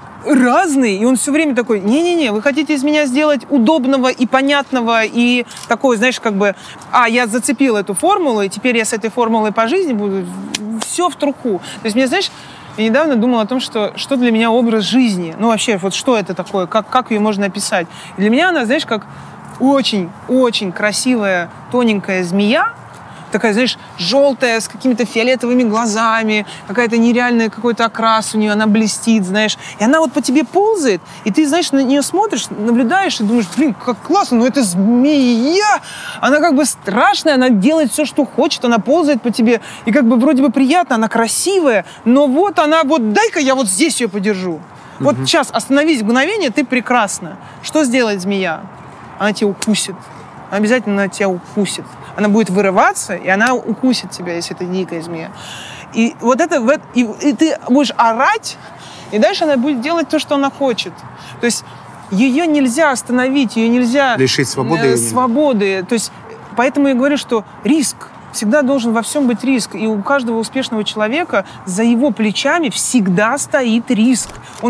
разный, и он все время такой: не-не-не, вы хотите из меня сделать удобного и понятного, и такой, знаешь, как бы, я зацепил эту формулу, и теперь я с этой формулой по жизни буду, все в труху. То есть, мне, знаешь, я недавно думала о том, что для меня образ жизни, ну, вообще, вот что это такое, как ее можно описать. И для меня она, знаешь, как очень-очень красивая, тоненькая змея, такая, знаешь, желтая, с какими-то фиолетовыми глазами, какая-то нереальная какой-то окрас у нее, она блестит, знаешь. И она вот по тебе ползает, и ты, знаешь, на нее смотришь, наблюдаешь и думаешь: блин, как классно, ну это змея! Она как бы страшная, она делает все, что хочет, она ползает по тебе, и как бы вроде бы приятно, она красивая, но вот она, вот дай-ка я вот здесь ее подержу. Вот сейчас остановись мгновение, ты прекрасна. Что сделает змея? Она тебя укусит. Обязательно тебя укусит. Она будет вырываться, и она укусит тебя, если это дикая змея. И вот это, и ты будешь орать, и дальше она будет делать то, что она хочет. То есть ее нельзя остановить, ее нельзя... Лишить свободы. Свободы. То есть поэтому я говорю, что риск. Всегда должен во всем быть риск. И у каждого успешного человека за его плечами всегда стоит риск.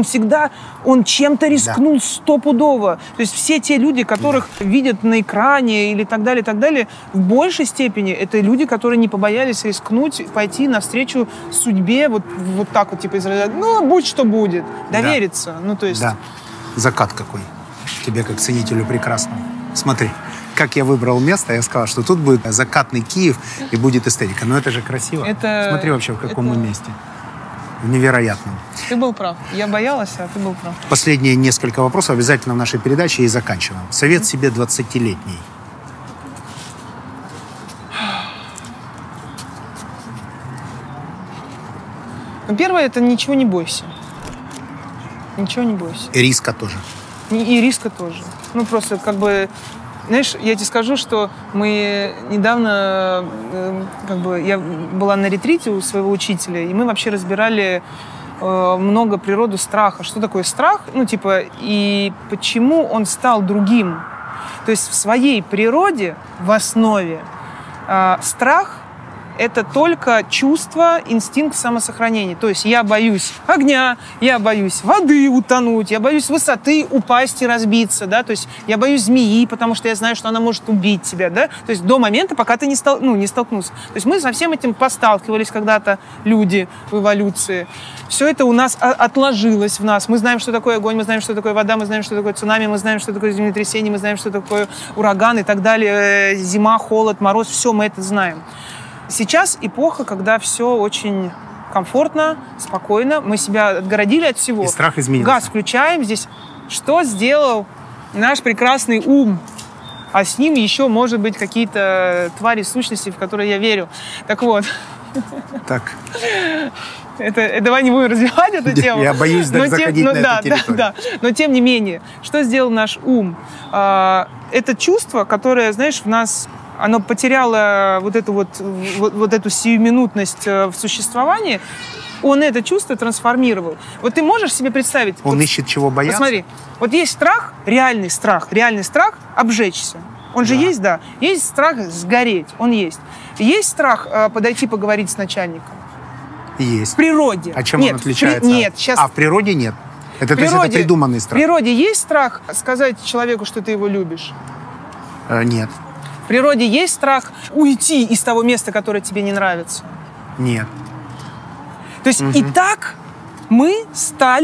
Он чем-то рискнул стопудово. То есть все те люди, которых видят на экране или так далее, в большей степени это люди, которые не побоялись рискнуть, пойти навстречу судьбе вот так вот, типа, из разряда, ну, будь что будет, довериться. Да. Ну, то есть... Да. Закат какой. Тебе, как ценителю, прекрасно. Смотри. Как я выбрал место, я сказал, что тут будет закатный Киев и будет эстетика. Но это же красиво. Смотри вообще, в каком мы месте. В невероятном. Ты был прав. Я боялась, а ты был прав. Последние несколько вопросов обязательно в нашей передаче и заканчиваем. Совет себе 20-летний. Ну, первое, это ничего не бойся. Ничего не бойся. И риска тоже. И риска тоже. Ну, просто как бы... Знаешь, я тебе скажу, что мы недавно, я была на ретрите у своего учителя, и мы вообще разбирали много природу страха. Что такое страх? Ну, типа, и почему он стал другим? То есть в своей природе, в основе, страх — это только чувство, инстинкт самосохранения. То есть я боюсь огня, я боюсь воды утонуть, я боюсь высоты упасть и разбиться, да, то есть я боюсь змеи, потому что я знаю, что она может убить тебя, да, то есть до момента, пока ты не столкнулся. То есть мы со всем этим посталкивались когда-то, люди в эволюции. Все это у нас отложилось в нас. Мы знаем, что такое огонь, мы знаем, что такое вода, мы знаем, что такое цунами, мы знаем, что такое землетрясение, мы знаем, что такое ураган и так далее, зима, холод, мороз, все мы это знаем. Сейчас эпоха, когда все очень комфортно, спокойно. Мы себя отгородили от всего. И страх изменился. Газ включаем. Здесь что сделал наш прекрасный ум? А с ним еще, может быть, какие-то твари, сущности, в которые я верю. Так вот. Так. Давай не будем развивать эту тему. Я боюсь даже заходить на эту территорию. Да. Но тем не менее, что сделал наш ум? Это чувство, которое, знаешь, в нас... Оно потеряло вот эту сиюминутность в существовании, он это чувство трансформировал. Вот ты можешь себе представить... Он ищет чего бояться? Посмотри, вот есть страх, реальный страх обжечься. Он же есть, да. Есть страх сгореть, он есть. Есть страх подойти поговорить с начальником. Есть. В природе. А чем он отличается? Нет, сейчас... А в природе нет? Это, то есть это придуманный страх? В природе есть страх сказать человеку, что ты его любишь? Нет. В природе есть страх уйти из того места, которое тебе не нравится? Нет. То есть и так мы стали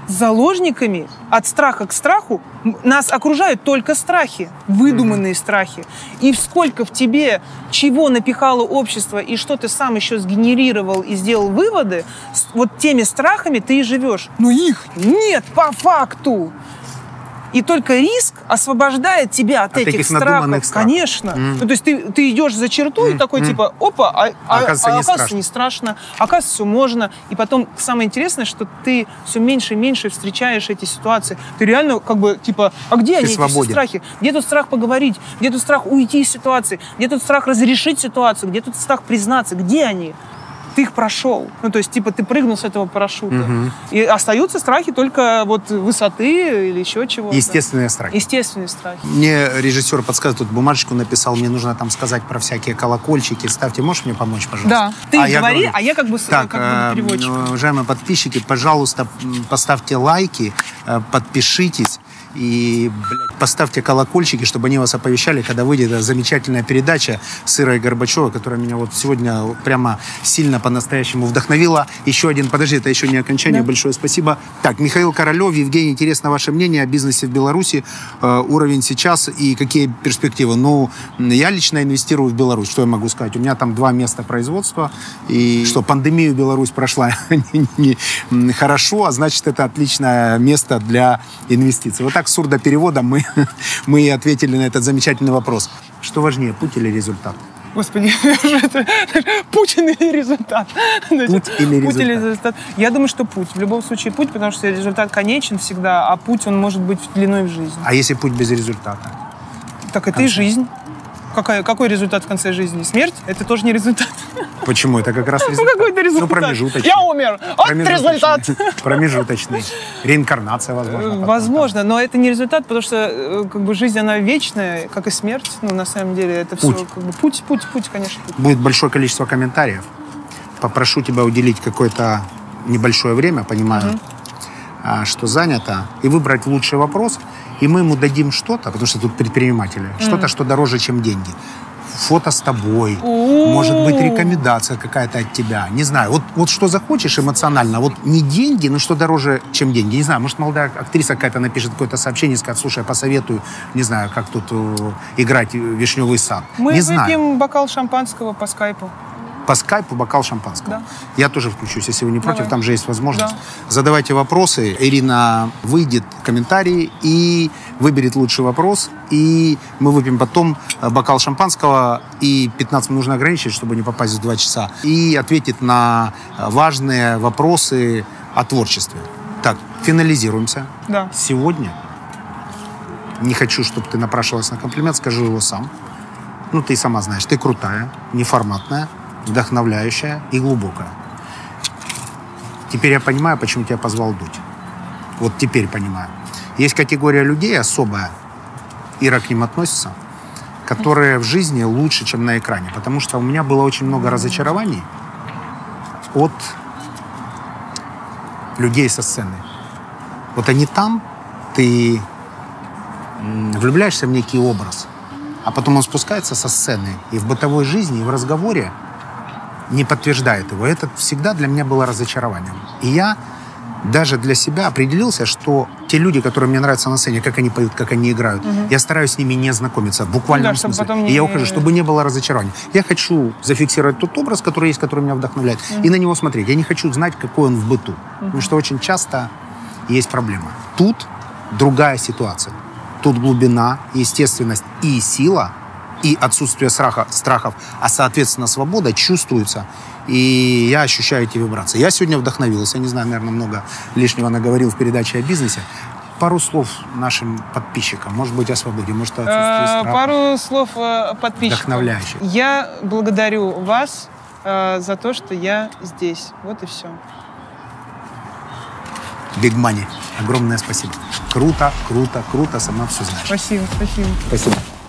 заложниками от страха к страху. Нас окружают только страхи, выдуманные страхи. И сколько в тебе чего напихало общество, и что ты сам еще сгенерировал и сделал выводы, вот теми страхами ты и живешь. Но их нет по факту. И только риск освобождает тебя от этих страхов. Конечно. Ну, то есть ты идешь за черту и такой типа, опа, оказывается, не страшно. Оказывается, все можно. И потом самое интересное, что ты все меньше и меньше встречаешь эти ситуации. Ты реально как бы типа, а где они, эти все страхи? Где тут страх поговорить? Где тут страх уйти из ситуации? Где тут страх разрешить ситуацию? Где тут страх признаться? Где они? Ты их прошел. Ну, то есть, типа, ты прыгнул с этого парашюта. И остаются страхи только вот высоты или еще чего-то. Естественные страхи. Естественные страхи. Мне режиссер подсказывает, тут бумажечку написал, мне нужно там сказать про всякие колокольчики. Ставьте, можешь мне помочь, пожалуйста? Да. Ты говори, а я как бы переводчик. Уважаемые подписчики, пожалуйста, поставьте лайки, подпишитесь. И, поставьте колокольчики, чтобы они вас оповещали, когда выйдет эта замечательная передача с Ирой Горбачевой, которая меня вот сегодня прямо сильно по-настоящему вдохновила. Еще один, подожди, это еще не окончание, большое спасибо. Так, Михаил Королев, Евгений, интересно ваше мнение о бизнесе в Беларуси, уровень сейчас и какие перспективы? Ну, я лично инвестирую в Беларусь, что я могу сказать? У меня там 2 места производства, и что, пандемию Беларусь прошла хорошо, а значит, это отличное место для инвестиций. Вот так с сурдопереводом мы и ответили на этот замечательный вопрос. Что важнее, путь или результат? Господи, Путин или результат? Путь или результат? Я думаю, что путь. В любом случае путь, потому что результат конечен всегда, а путь, он может быть длиной в жизнь. А если путь без результата? Так это и жизнь. Какой результат в конце жизни? Смерть? Это тоже не результат. Почему? Это как раз результат. Ну, какой-то результат. Ну, промежуточный. Я умер. Вот результат. Промежуточный. Реинкарнация, возможно. Возможно, но это не результат, потому что как бы жизнь, она вечная, как и смерть. Ну, на самом деле, это все как бы путь, конечно. Путь. Будет большое количество комментариев. Попрошу тебя уделить какое-то небольшое время, понимаю, что занято, и выбрать лучший вопрос, и мы ему дадим что-то, потому что тут предприниматели, что-то, что дороже, чем деньги. Фото с тобой, может быть, рекомендация какая-то от тебя, не знаю. Вот что захочешь эмоционально, вот не деньги, но что дороже, чем деньги. Не знаю, может, молодая актриса какая-то напишет какое-то сообщение, скажет, слушай, я посоветую, не знаю, как тут играть «Вишневый сад». Мы не выпьем бокал шампанского по скайпу. По скайпу бокал шампанского. Да. Я тоже включусь, если вы не против, там же есть возможность. Да. Задавайте вопросы. Ирина выйдет в комментарии и выберет лучший вопрос. И мы выпьем потом бокал шампанского. И 15 минут нужно ограничить, чтобы не попасть в 2 часа. И ответит на важные вопросы о творчестве. Так, финализируемся. Да. Сегодня не хочу, чтобы ты напрашивалась на комплимент, скажу его сам. Ну, ты сама знаешь, ты крутая, неформатная, вдохновляющая и глубокая. Теперь я понимаю, почему тебя позвал дуть. Вот теперь понимаю. Есть категория людей особая, Ира к ним относится, которые в жизни лучше, чем на экране. Потому что у меня было очень много разочарований от людей со сцены. Вот они там, ты влюбляешься в некий образ, а потом он спускается со сцены и в бытовой жизни, и в разговоре не подтверждает его. Это всегда для меня было разочарованием. И я даже для себя определился, что те люди, которые мне нравятся на сцене, как они поют, как они играют, я стараюсь с ними не знакомиться, в буквальном смысле. И я ухожу, чтобы не было разочарования. Я хочу зафиксировать тот образ, который есть, который меня вдохновляет, и на него смотреть. Я не хочу знать, какой он в быту. Потому что очень часто есть проблема. Тут другая ситуация. Тут глубина, естественность и сила, и отсутствие страхов, а, соответственно, свобода чувствуется. И я ощущаю эти вибрации. Я сегодня вдохновился. Я не знаю, наверное, много лишнего наговорил в передаче о бизнесе. Пару слов нашим подписчикам. Может быть, о свободе, может, о отсутствии страха. Пару слов подписчикам. Вдохновляющих. Я благодарю вас за то, что я здесь. Вот и все. Big Money. Огромное спасибо. Круто, круто, круто. Сама все знаешь. Спасибо, спасибо. Спасибо.